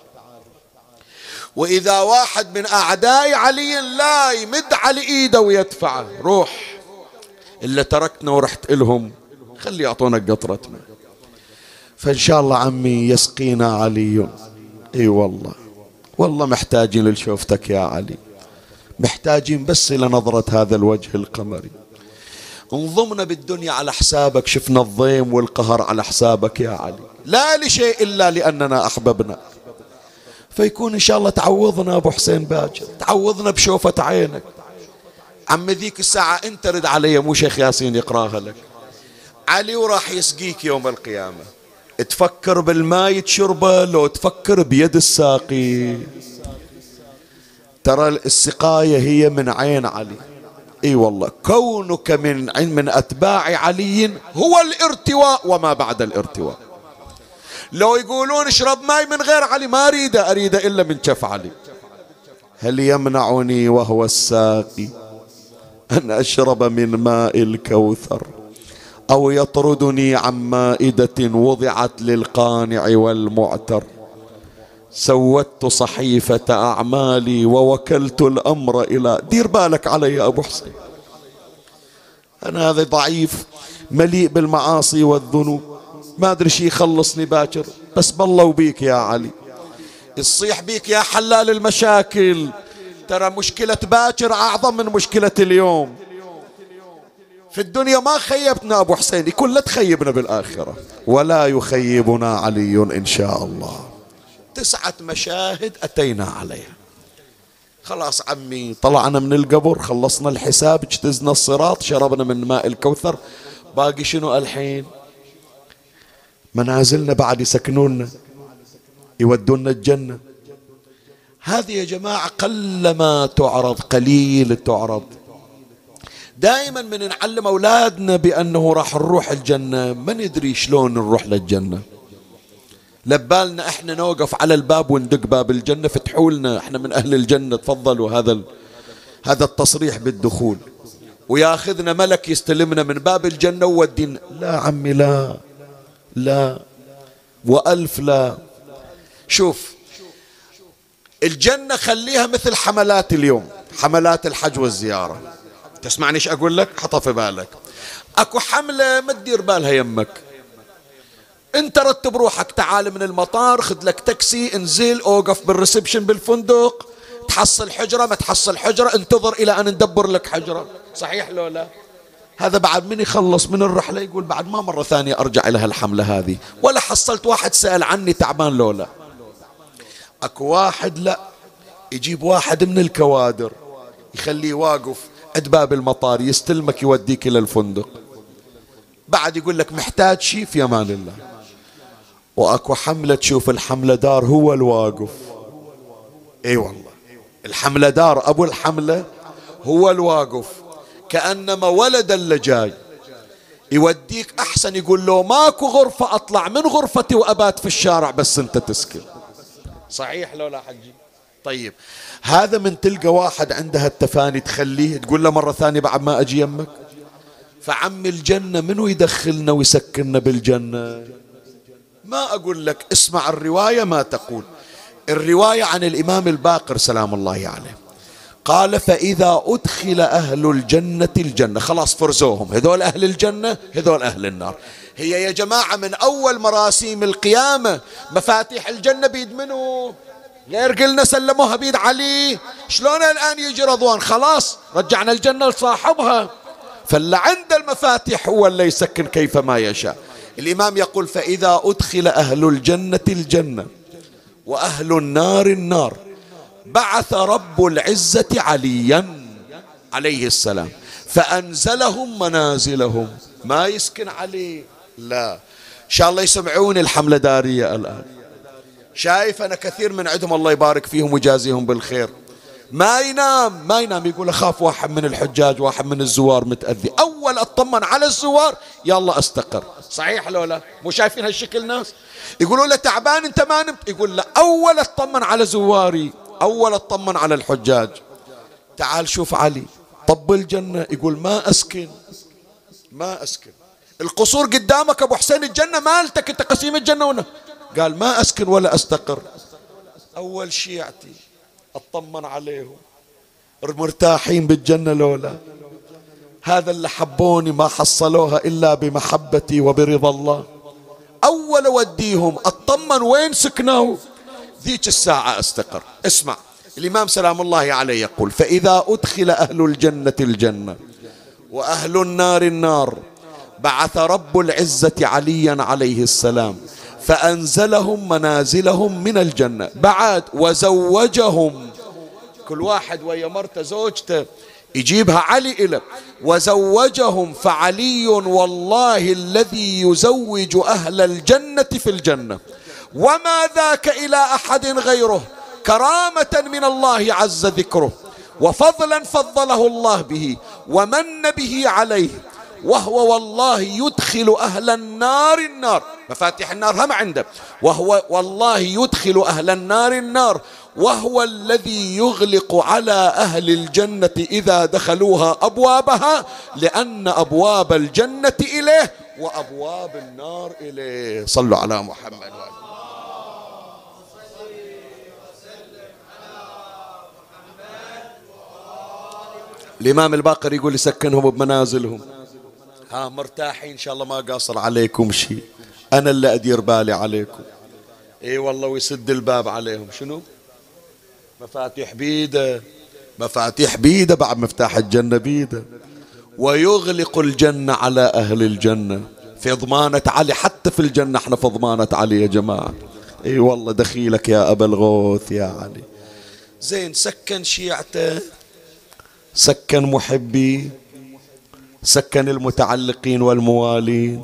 وإذا واحد من أعداء علي لا يمد على ايده ويدفعه، روح إلا تركنا ورحت إلهم خلي يعطونك قطرة ماء. فإن شاء الله عمي يسقينا علي. اي والله، والله محتاجين لشوفتك يا علي، محتاجين بس إلى نظرة هذا الوجه القمري. انظمنا بالدنيا على حسابك، شفنا الضيم والقهر على حسابك يا علي، لا لشيء إلا لأننا أحببنا. فيكون إن شاء الله تعوضنا أبو حسين باكر، تعوضنا بشوفة عينك. عم ذيك الساعة أنت رد علي، مو شيخ ياسين يقراها لك. علي وراح يسقيك يوم القيامة، تفكر بالماء تشربه لو تفكر بيد الساقي. ترى السقاية هي من عين علي. اي والله، كونك من اتباع علي هو الارتواء وما بعد الارتواء. لو يقولون اشرب ماء من غير علي ما اريده الا من كف علي. هل يمنعني وهو الساقي ان اشرب من ماء الكوثر او يطردني عن مائدة وضعت للقانع والمعتر؟ سودت صحيفة أعمالي ووكلت الأمر إلى. دير بالك علي يا أبو حسين، أنا هذا ضعيف مليء بالمعاصي والذنوب، ما أدري شي يخلصني باكر، بس بالله وبيك يا علي، يصيح بيك يا حلال المشاكل. ترى مشكلة باكر أعظم من مشكلة اليوم. في الدنيا ما خيبتنا أبو حسين، يكون لا تخيبنا بالآخرة، ولا يخيبنا علي إن شاء الله. 9 مشاهد أتينا عليها. خلاص عمي طلعنا من القبر، خلصنا الحساب، اجتزنا الصراط، شربنا من ماء الكوثر، باقي شنو الحين؟ منازلنا بعد يسكنونا، يودونا الجنة. هذه يا جماعة قلما تعرض، قليل تعرض. دائما من نعلم أولادنا بأنه راح نروح الجنة ما ندري شلون نروح للجنة. لبالنا احنا نوقف على الباب وندق باب الجنة، فتحوا لنا احنا من أهل الجنة تفضلوا، هذا التصريح بالدخول، وياخذنا ملك يستلمنا من باب الجنة وودينا. لا عمي، لا وألف لا. شوف الجنة خليها مثل حملات اليوم، حملات الحج والزيارة. تسمعني ايش اقول لك؟ حطها في بالك. اكو حملة ما تدير بالها يمك، انت رتب روحك، تعال من المطار، خذ لك تاكسي، انزل اوقف بالريسبشن بالفندق، تحصل حجرة ما تحصل حجرة، انتظر الى ان ندبر لك حجرة. صحيح لو لا؟ هذا بعد من يخلص من الرحلة يقول بعد ما مرة ثانية ارجع الى هالحملة هذه، ولا حصلت واحد سأل عني تعبان لو لا. اكو واحد لا، يجيب واحد من الكوادر يخليه واقف عند باب المطار، يستلمك يوديك الى الفندق، بعد يقول لك محتاج شيء في امان الله. واكو حملة تشوف الحملة دار هو الواقف. اي والله، الحملة دار، ابو الحملة هو الواقف، كأنما ولد اللي جاي يوديك احسن. يقول له ماكو غرفة اطلع من غرفتي وابات في الشارع بس انت تسكن. صحيح لو لا حجي؟ طيب هذا من تلقى واحد عندها التفاني تخليه تقول له مرة ثانية بعد ما أجي يمك. فعم الجنة منو يدخلنا ويسكننا بالجنة؟ ما أقول لك، اسمع الرواية ما تقول. الرواية عن الإمام الباقر سلام الله عليه قال فإذا أدخل أهل الجنة الجنة، خلاص فرزوهم، هذول أهل الجنة هذول أهل النار. هي يا جماعة من أول مراسيم القيامة مفاتيح الجنة بيد منو؟ غير قلنا سلموها بيد علي، شلون الآن يجي رضوان؟ خلاص رجعنا الجنة لصاحبها، فاللي عند المفاتيح هو اللي يسكن كيفما يشاء. الإمام يقول فإذا أدخل أهل الجنة الجنة وأهل النار النار بعث رب العزة عليا عليه السلام فأنزلهم منازلهم. ما يسكن علي، لا، إن شاء الله يسمعون الحملة دارية الآن. شايف أنا كثير من عندهم الله يبارك فيهم ويجازيهم بالخير ما ينام يقول أخاف واحد من الحجاج واحد من الزوار متأذي، أول أطمن على الزوار يلا أستقر. صحيح لو لا؟ مو شايفين هالشكل ناس يقولوا له تعبان أنت ما نمت، يقول لا أول أطمن على زواري، أول أطمن على الحجاج. تعال شوف علي طب الجنة، يقول ما أسكن. القصور قدامك أبو حسين، الجنة مالتك أنت قسيم الجنة هنا. قال ما أسكن ولا أستقر، أول شيعتي أطمن عليهم مرتاحين بالجنة لولا هذا اللي حبوني ما حصلوها إلا بمحبتي وبرضا الله، أول وديهم أطمن وين سكنوا ذيك الساعة أستقر. اسمع الإمام سلام الله عليه يقول فإذا أدخل أهل الجنة الجنة وأهل النار النار بعث رب العزة عليا عليه السلام فأنزلهم منازلهم من الجنة، بعد وزوجهم، كل واحد ويا مرته زوجته يجيبها علي إلى وزوجهم، فعلي والله الذي يزوج أهل الجنة في الجنة وما ذاك إلى أحد غيره، كرامة من الله عز ذكره وفضلا فضله الله به ومن به عليه، وهو والله يدخل أهل النار النار، مفاتيح النار هم عنده، وهو والله يدخل أهل النار النار، وهو الذي يغلق على أهل الجنة إذا دخلوها أبوابها، لأن أبواب الجنة إليه وأبواب النار إليه. صلوا على محمد. الإمام الباقر يقول يسكنهم بمنازلهم، ها مرتاحين إن شاء الله ما قاصر عليكم شيء، أنا اللي أدير بالي عليكم. إي والله، ويسد الباب عليهم. شنو؟ مفاتيح بيده، مفاتيح بيده، بعد مفتاح الجنة بيده، ويغلق الجنة على أهل الجنة في ضمانة علي. حتى في الجنة احنا في ضمانة علي يا جماعة. اي والله دخيلك يا أبا الغوث يا علي. زين، سكن شيعته، سكن محبي، سكن المتعلقين والموالين.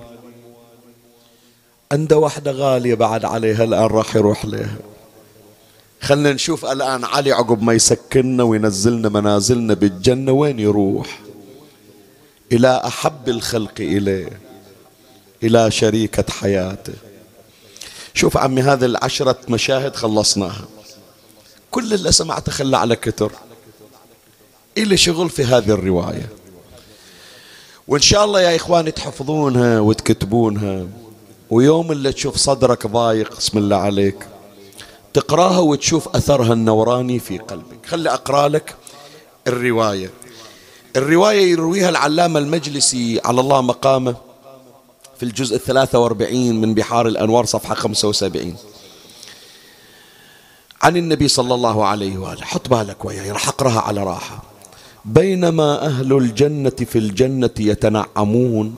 عنده واحدة غالية بعد عليها الآن راح يروح لها. خلنا نشوف الآن علي عقب ما يسكننا وينزلنا منازلنا بالجنة وين يروح؟ إلى أحب الخلق إليه، إلى شريكة حياته. شوف عمي هذه 10 مشاهد خلصناها، كل اللي سمعته خلى على كتر، إلي شغل في هذه الرواية، وإن شاء الله يا إخواني تحفظونها وتكتبونها، ويوم اللي تشوف صدرك ضايق بسم الله عليك تقراها وتشوف أثرها النوراني في قلبك. خلي أقرأ لك الرواية. الرواية يرويها العلامة المجلسي على الله مقامه في الجزء 43 من بحار الأنوار صفحة 75 عن النبي صلى الله عليه وآله. حط بالك وياي راح أقرأها على راحة. بينما أهل الجنة في الجنة يتنعمون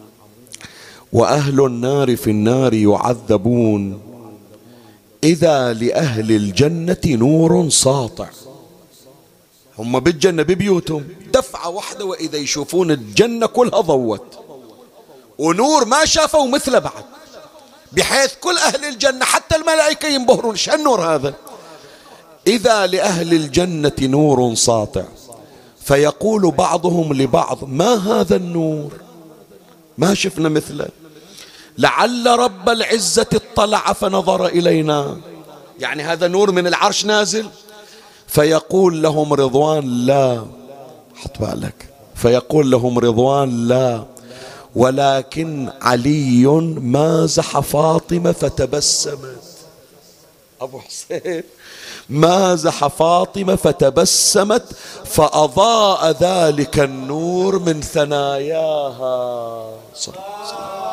وأهل النار في النار يعذبون، إذا لأهل الجنة نور ساطع. هم بالجنة ببيوتهم دفعة واحدة وإذا يشوفون الجنة كلها ضوت، ونور ما شافوا مثله بعد، بحيث كل أهل الجنة حتى الملائكة ينبهرون. شو النور هذا؟ إذا لأهل الجنة نور ساطع، فيقول بعضهم لبعض ما هذا النور؟ ما شفنا مثله، لعل رب العزة اطلع فنظر إلينا. يعني هذا نور من العرش نازل. فيقول لهم رضوان لا، حط بالك، فيقول لهم رضوان لا، ولكن علي مازح فاطمة فتبسمت. أبو حسين مازح فاطمة فتبسمت فأضاء ذلك النور من ثناياها. صلى الله عليه وسلم.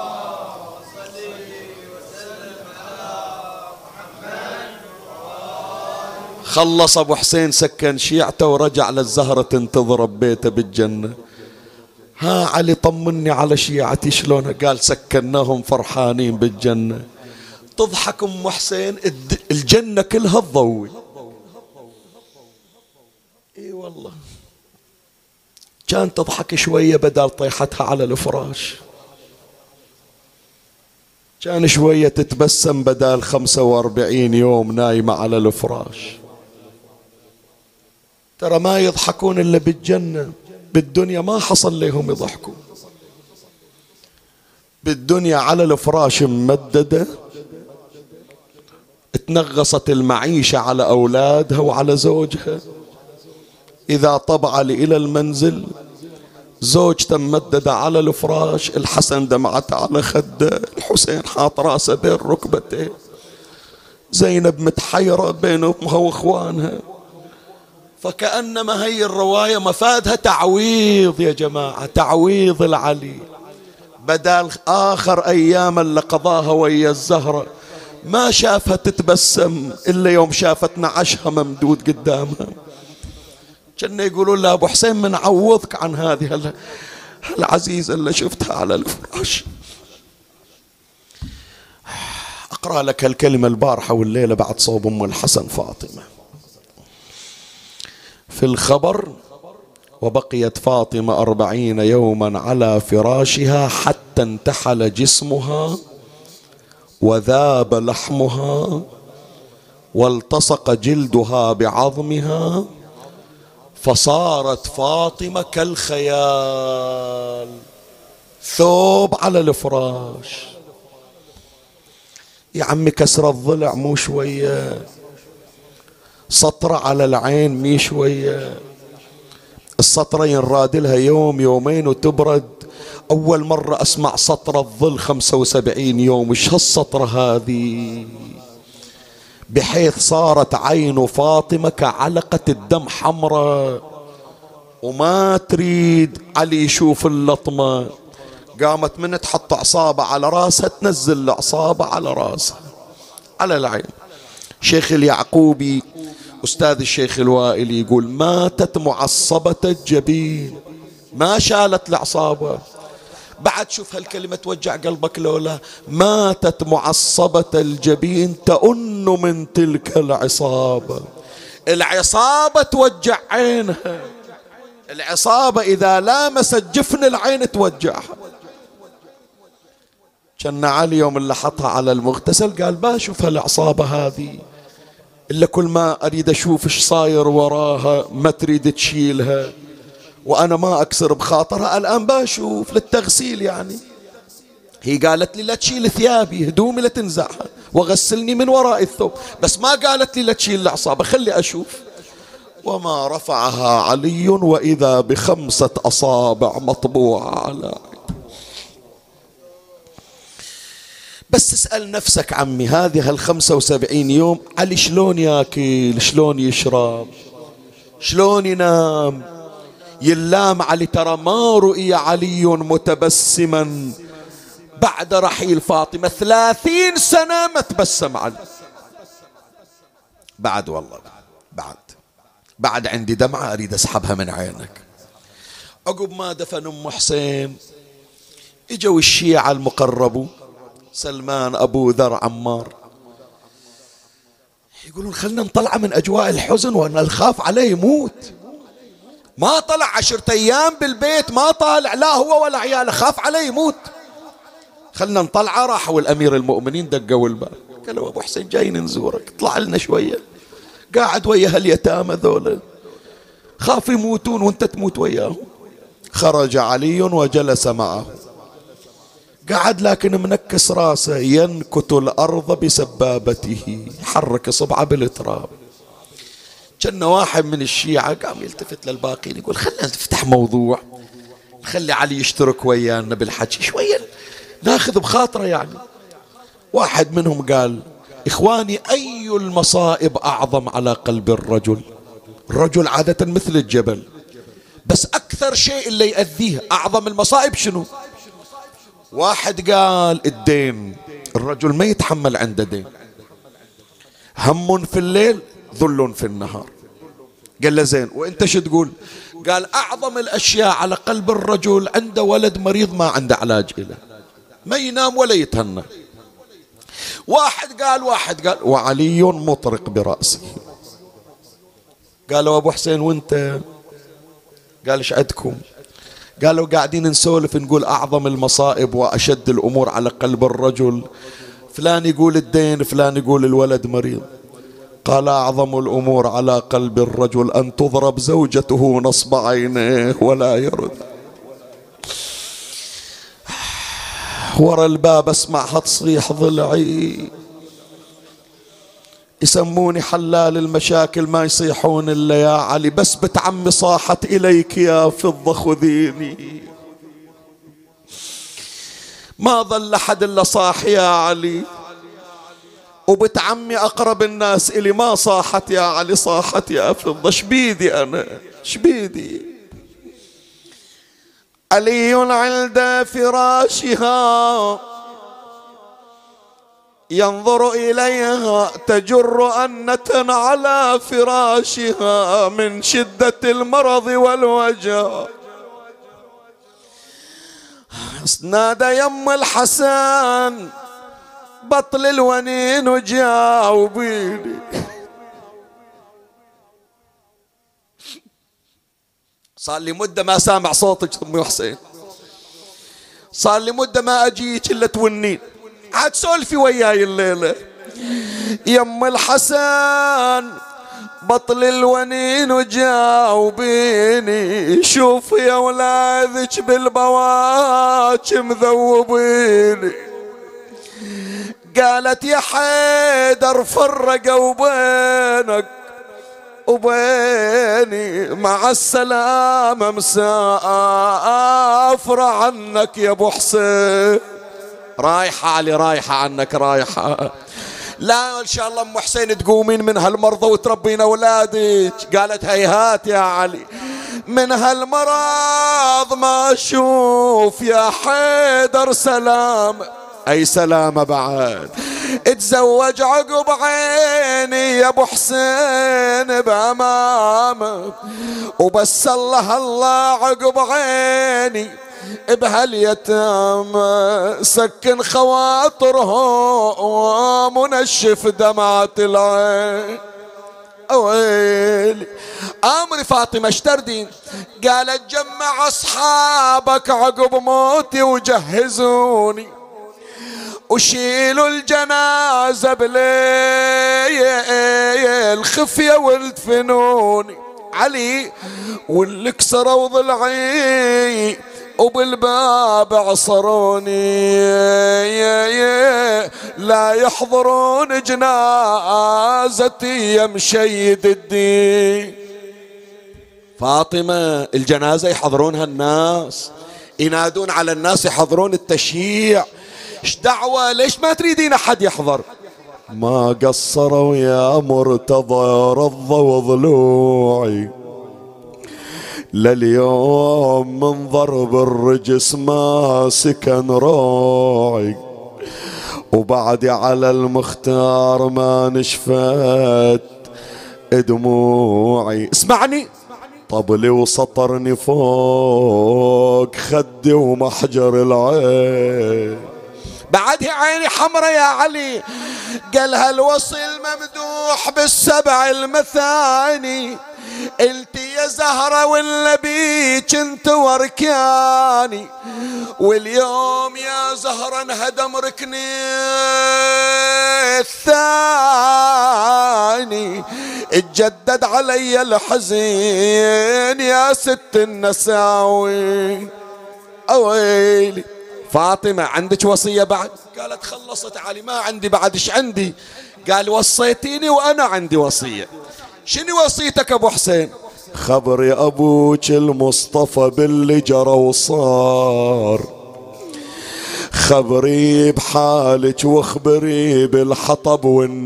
خلص أبو حسين سكن شيعته ورجع للزهرة تنتظر ببيته بالجنة. ها علي طمني على شيعتي شلونها؟ قال سكناهم فرحانين بالجنة. تضحك أم حسين، الجنة كلها تضوي. اي والله كان تضحك شوية بدل طيحتها على الفراش، كان شوية تتبسم بدل 45 يوم نايمة على الفراش. ترى ما يضحكون إلا بالجنة، بالدنيا ما حصل لهم يضحكوا. بالدنيا على الفراش ممددة، تنغصت المعيشة على أولادها وعلى زوجها. إذا طبع إلى المنزل زوجته ممددة على الفراش، الحسن دمعته على خده، الحسين حاط راسه بين ركبتيه، زينب متحيرة بين أمها وإخوانها. فكأنما هي الرواية مفادها تعويض يا جماعة، تعويض العلي، بدل آخر أيام اللي قضاها ويا الزهرة ما شافها تتبسم إلا يوم شافت نعشها ممدود قدامها. كنا يقولون له أبو حسين من عوضك عن هذه العزيزة اللي شفتها على الفراش. أقرأ لك الكلمة البارحة والليلة بعد صوب أم الحسن فاطمة. في الخبر: وبقيت فاطمة 40 يوما على فراشها حتى انتحل جسمها وذاب لحمها والتصق جلدها بعظمها، فصارت فاطمة كالخيال، ثوب على الفراش. يا عمي كسر الضلع مو شوية، سطرة على العين مي شوية، السطرة ينراد لها يوم يومين وتبرد. أول مرة أسمع سطرة الظل 75 يوم، وش هالسطرة هذه؟ بحيث صارت عين فاطمة كعلقة الدم حمراء وما تريد علي يشوف اللطمة. قامت من تحط عصابة على راسها تنزل العصابة على راسها على العين. شيخ اليعقوبي أستاذ الشيخ الوائلي يقول: ماتت معصبة الجبين، ما شالت العصابة. بعد شوف هالكلمة توجع قلبك لولا: ماتت معصبة الجبين تؤن من تلك العصابة. العصابة توجع عينها، العصابة إذا لامست جفن العين توجعها. كان علي يوم اللي حطها على المغتسل قال: بشوف هالعصابة هذه إلا كل ما أريد أشوف إيش صاير وراها ما تريد تشيلها، وأنا ما أكسر بخاطرها. الآن بشوف للتغسيل يعني. هي قالت لي لا تشيل ثيابي، هدومي لا تنزعها، وغسلني من وراء الثوب، بس ما قالت لي لا تشيل العصابة، خلي أشوف. وما رفعها علي وإذا ب5 أصابع مطبوعة على. بس اسأل نفسك عمي، هذه 75 يوم علي شلون ياكل، شلون يشرب، شلون ينام؟ يلام علي ترى ما رؤي علي متبسما بعد رحيل فاطمة 30 سنة ما تبسم علي. بعد والله بعد عندي دمعة أريد أسحبها من عينك. عقب ما دفن أم حسين اجوا الشيعة المقربون، سلمان، أبو ذر، عمار، يقولون خلنا نطلع من أجواء الحزن وأنا الخاف عليه يموت. ما طلع 10 أيام بالبيت، ما طالع لا هو ولا عياله، خاف عليه يموت. خلنا نطلعه. راحوا الأمير المؤمنين دقوا الباب، قالوا أبو حسين جايين نزورك، اطلع لنا شوية، قاعد ويا هاليتامى ذولا خاف يموتون وانت تموت وياهم. خرج علي وجلس معه، قعد لكن منكس راسه، ينكت الأرض بسبابته، حرك إصبعه بالتراب. كان واحد من الشيعة قام يلتفت للباقين يقول خلينا نفتح موضوع، نخلي علي يشترك ويانا بالحكي شوية، ناخذ بخاطره يعني. واحد منهم قال إخواني، أي المصائب أعظم على قلب الرجل؟ الرجل عادة مثل الجبل، بس أكثر شيء اللي يأذيه أعظم المصائب شنو؟ واحد قال الدين، الرجل ما يتحمل عنده دين، هم في الليل ذل في النهار. قال له زين وانت شو تقول؟ قال أعظم الأشياء على قلب الرجل عنده ولد مريض ما عنده علاج له، ما ينام ولا يتهنى. واحد قال وعلي مطرق برأسه. قالوا أبو حسين وانت؟ قال ايش عندكم؟ قالوا قاعدين نسولف نقول أعظم المصائب وأشد الأمور على قلب الرجل، فلان يقول الدين، فلان يقول الولد مريض. قال أعظم الأمور على قلب الرجل أن تضرب زوجته نصب عينيه ولا يرد. ورا الباب اسمعها تصيح ضلعي، يسموني حلال المشاكل ما يصيحون إلا يا علي، بس بنت عمي صاحت إليك يا فضة خذيني، ما ظل أحد إلا صاح يا علي، وبنت عمي أقرب الناس إلي ما صاحت يا علي، صاحت يا فضة. شبيدي أنا شبيدي؟ علي عند فراشها ينظر إليها تجر أنة على فراشها من شدة المرض والوجع. نادى يم الحسن بطل الونين وجاوبيني. صار لي مدة ما سامع صوتك أم حسين، صار لي مدة ما أجيك إلا تونين، عاد سولفي وياي الليلة. يم الحسن بطل الونين وجاوبيني، شوف يا ولادك بالبواج مذوبيني. قالت يا حيدر فرقوا بينك وبيني، مع السلامة مسافر عنك يا ابو حسين. رايحة علي، رايحة عنك، رايحة. لا ان شاء الله ام حسين تقومين من هالمرضى وتربين اولادك. قالت هيهات يا علي، من هالمرض ما اشوف يا حيدر سلام. اي سلامة بعد؟ اتزوج عقب عيني يا ابو حسين بامامه، وبس الله عقب عيني بهاليتامى، سكن خواطرهم ونشف دمعة العين. اويلي امري فاطمة اشتردين؟ قالت جمع اصحابك عقب موتي وجهزوني، وشيلوا الجنازة بليل خفية وادفنوني. علي واللي كسروا ضلعي وبالباب عصروني، لا يحضرون جنازتي يا مشيد الدين. فاطمة الجنازة يحضرونها الناس، ينادون على الناس يحضرون التشييع، ايش دعوة؟ ليش ما تريدين احد يحضر؟ ما قصروا يا مرتضى رضوا ضلوعي، لليوم من ضرب الرجس ما سكن روعي، وبعدي على المختار ما نشفت دموعي. اسمعني، طبلي وسطرني فوق خدي ومحجر العين، بعدها عيني حمرة يا علي. قال هالوصي الممدوح بالسبع المثاني، انت يا زهرة ولا بيك انت وركاني، واليوم يا زهرة انهدم ركني الثاني، اتجدد علي الحزين يا ست النساوي. اويلي فاطمة عندك وصية بعد؟ قالت خلصت علي ما عندي بعد. ايش عندي؟ قال وصيتيني وأنا عندي وصية. شنو وصيتك أبو حسين؟ خبري أبوك المصطفى باللي جرى وصار، خبري بحالك واخبري بالحطب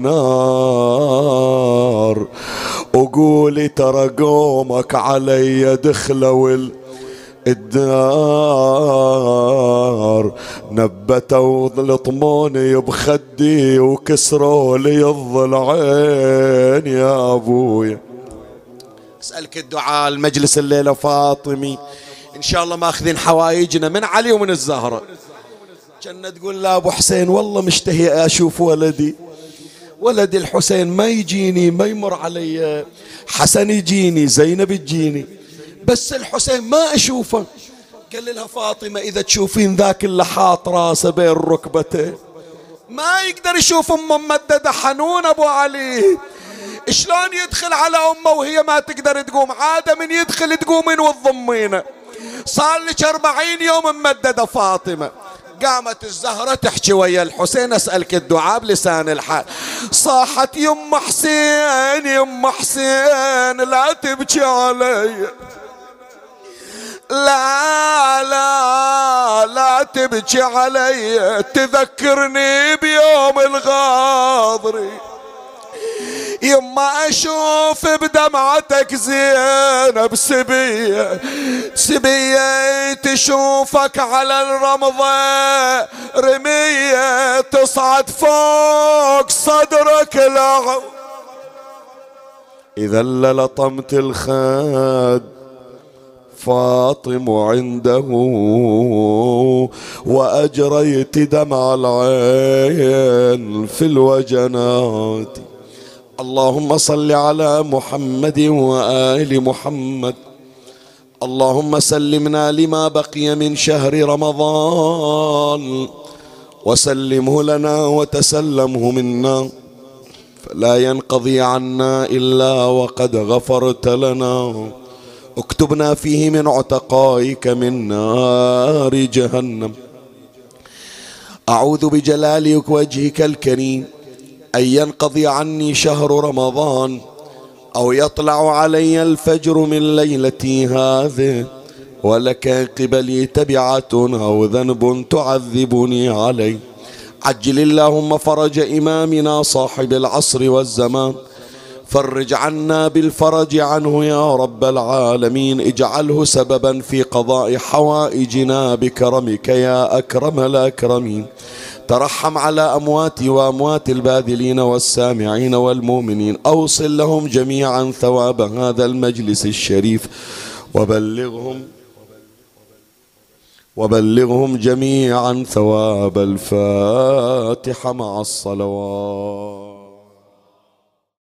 والنار، وقولي ترى قومك علي دخلوا الدار، نبتوا لطموني بخدي وكسروا لي الضلعين يا ابويا. اسألك الدعاء المجلس الليلة فاطمي ان شاء الله ماخذين حوايجنا من علي ومن الزهرة. كنا تقول لا ابو حسين والله مشتهي اشوف ولدي الحسين ما يجيني ما يمر علي، حسن يجيني زينب تجيني بس الحسين ما اشوفه. قال لها فاطمة اذا تشوفين ذاك اللي حاط راسه بين ركبته ما يقدر يشوف امه ممددة حنون ابو علي، شلون يدخل على امه وهي ما تقدر تقوم؟ عادة من يدخل تقومين وتضمينه. صار لك 40 يوم ممددة فاطمة. قامت الزهرة تحكي ويا الحسين اسألك الدعاء بلسان الحال. صاحت يم حسين يم حسين لا تبكي علي، لا تبكي علي، تذكرني بيوم الغاضري، يما اشوف بدمعتك زينب سبية تشوفك على الرمضة رمية تصعد فوق صدرك لعب، إذا لطمت الخد فاطم عنده وأجريت دمع العين في الوجنات. اللهم صل على محمد وآل محمد. اللهم سلمنا لما بقي من شهر رمضان وسلمه لنا وتسلمه منا، فلا ينقضي عنا إلا وقد غفرت لنا. اكتبنا فيه من عتقائك من نار جهنم. أعوذ بجلال وجهك الكريم أن ينقضي عني شهر رمضان أو يطلع علي الفجر من ليلتي هذه ولك قبلي تبعة أو ذنب تعذبني عليه. عجل اللهم فرج إمامنا صاحب العصر والزمان، فرج عنا بالفرج عنه يا رب العالمين، اجعله سببا في قضاء حوائجنا بكرمك يا أكرم الأكرمين. ترحم على أمواتي وأموات الباذلين والسامعين والمؤمنين، أوصل لهم جميعا ثواب هذا المجلس الشريف، وبلغهم جميعا ثواب الفاتحة مع الصلوات.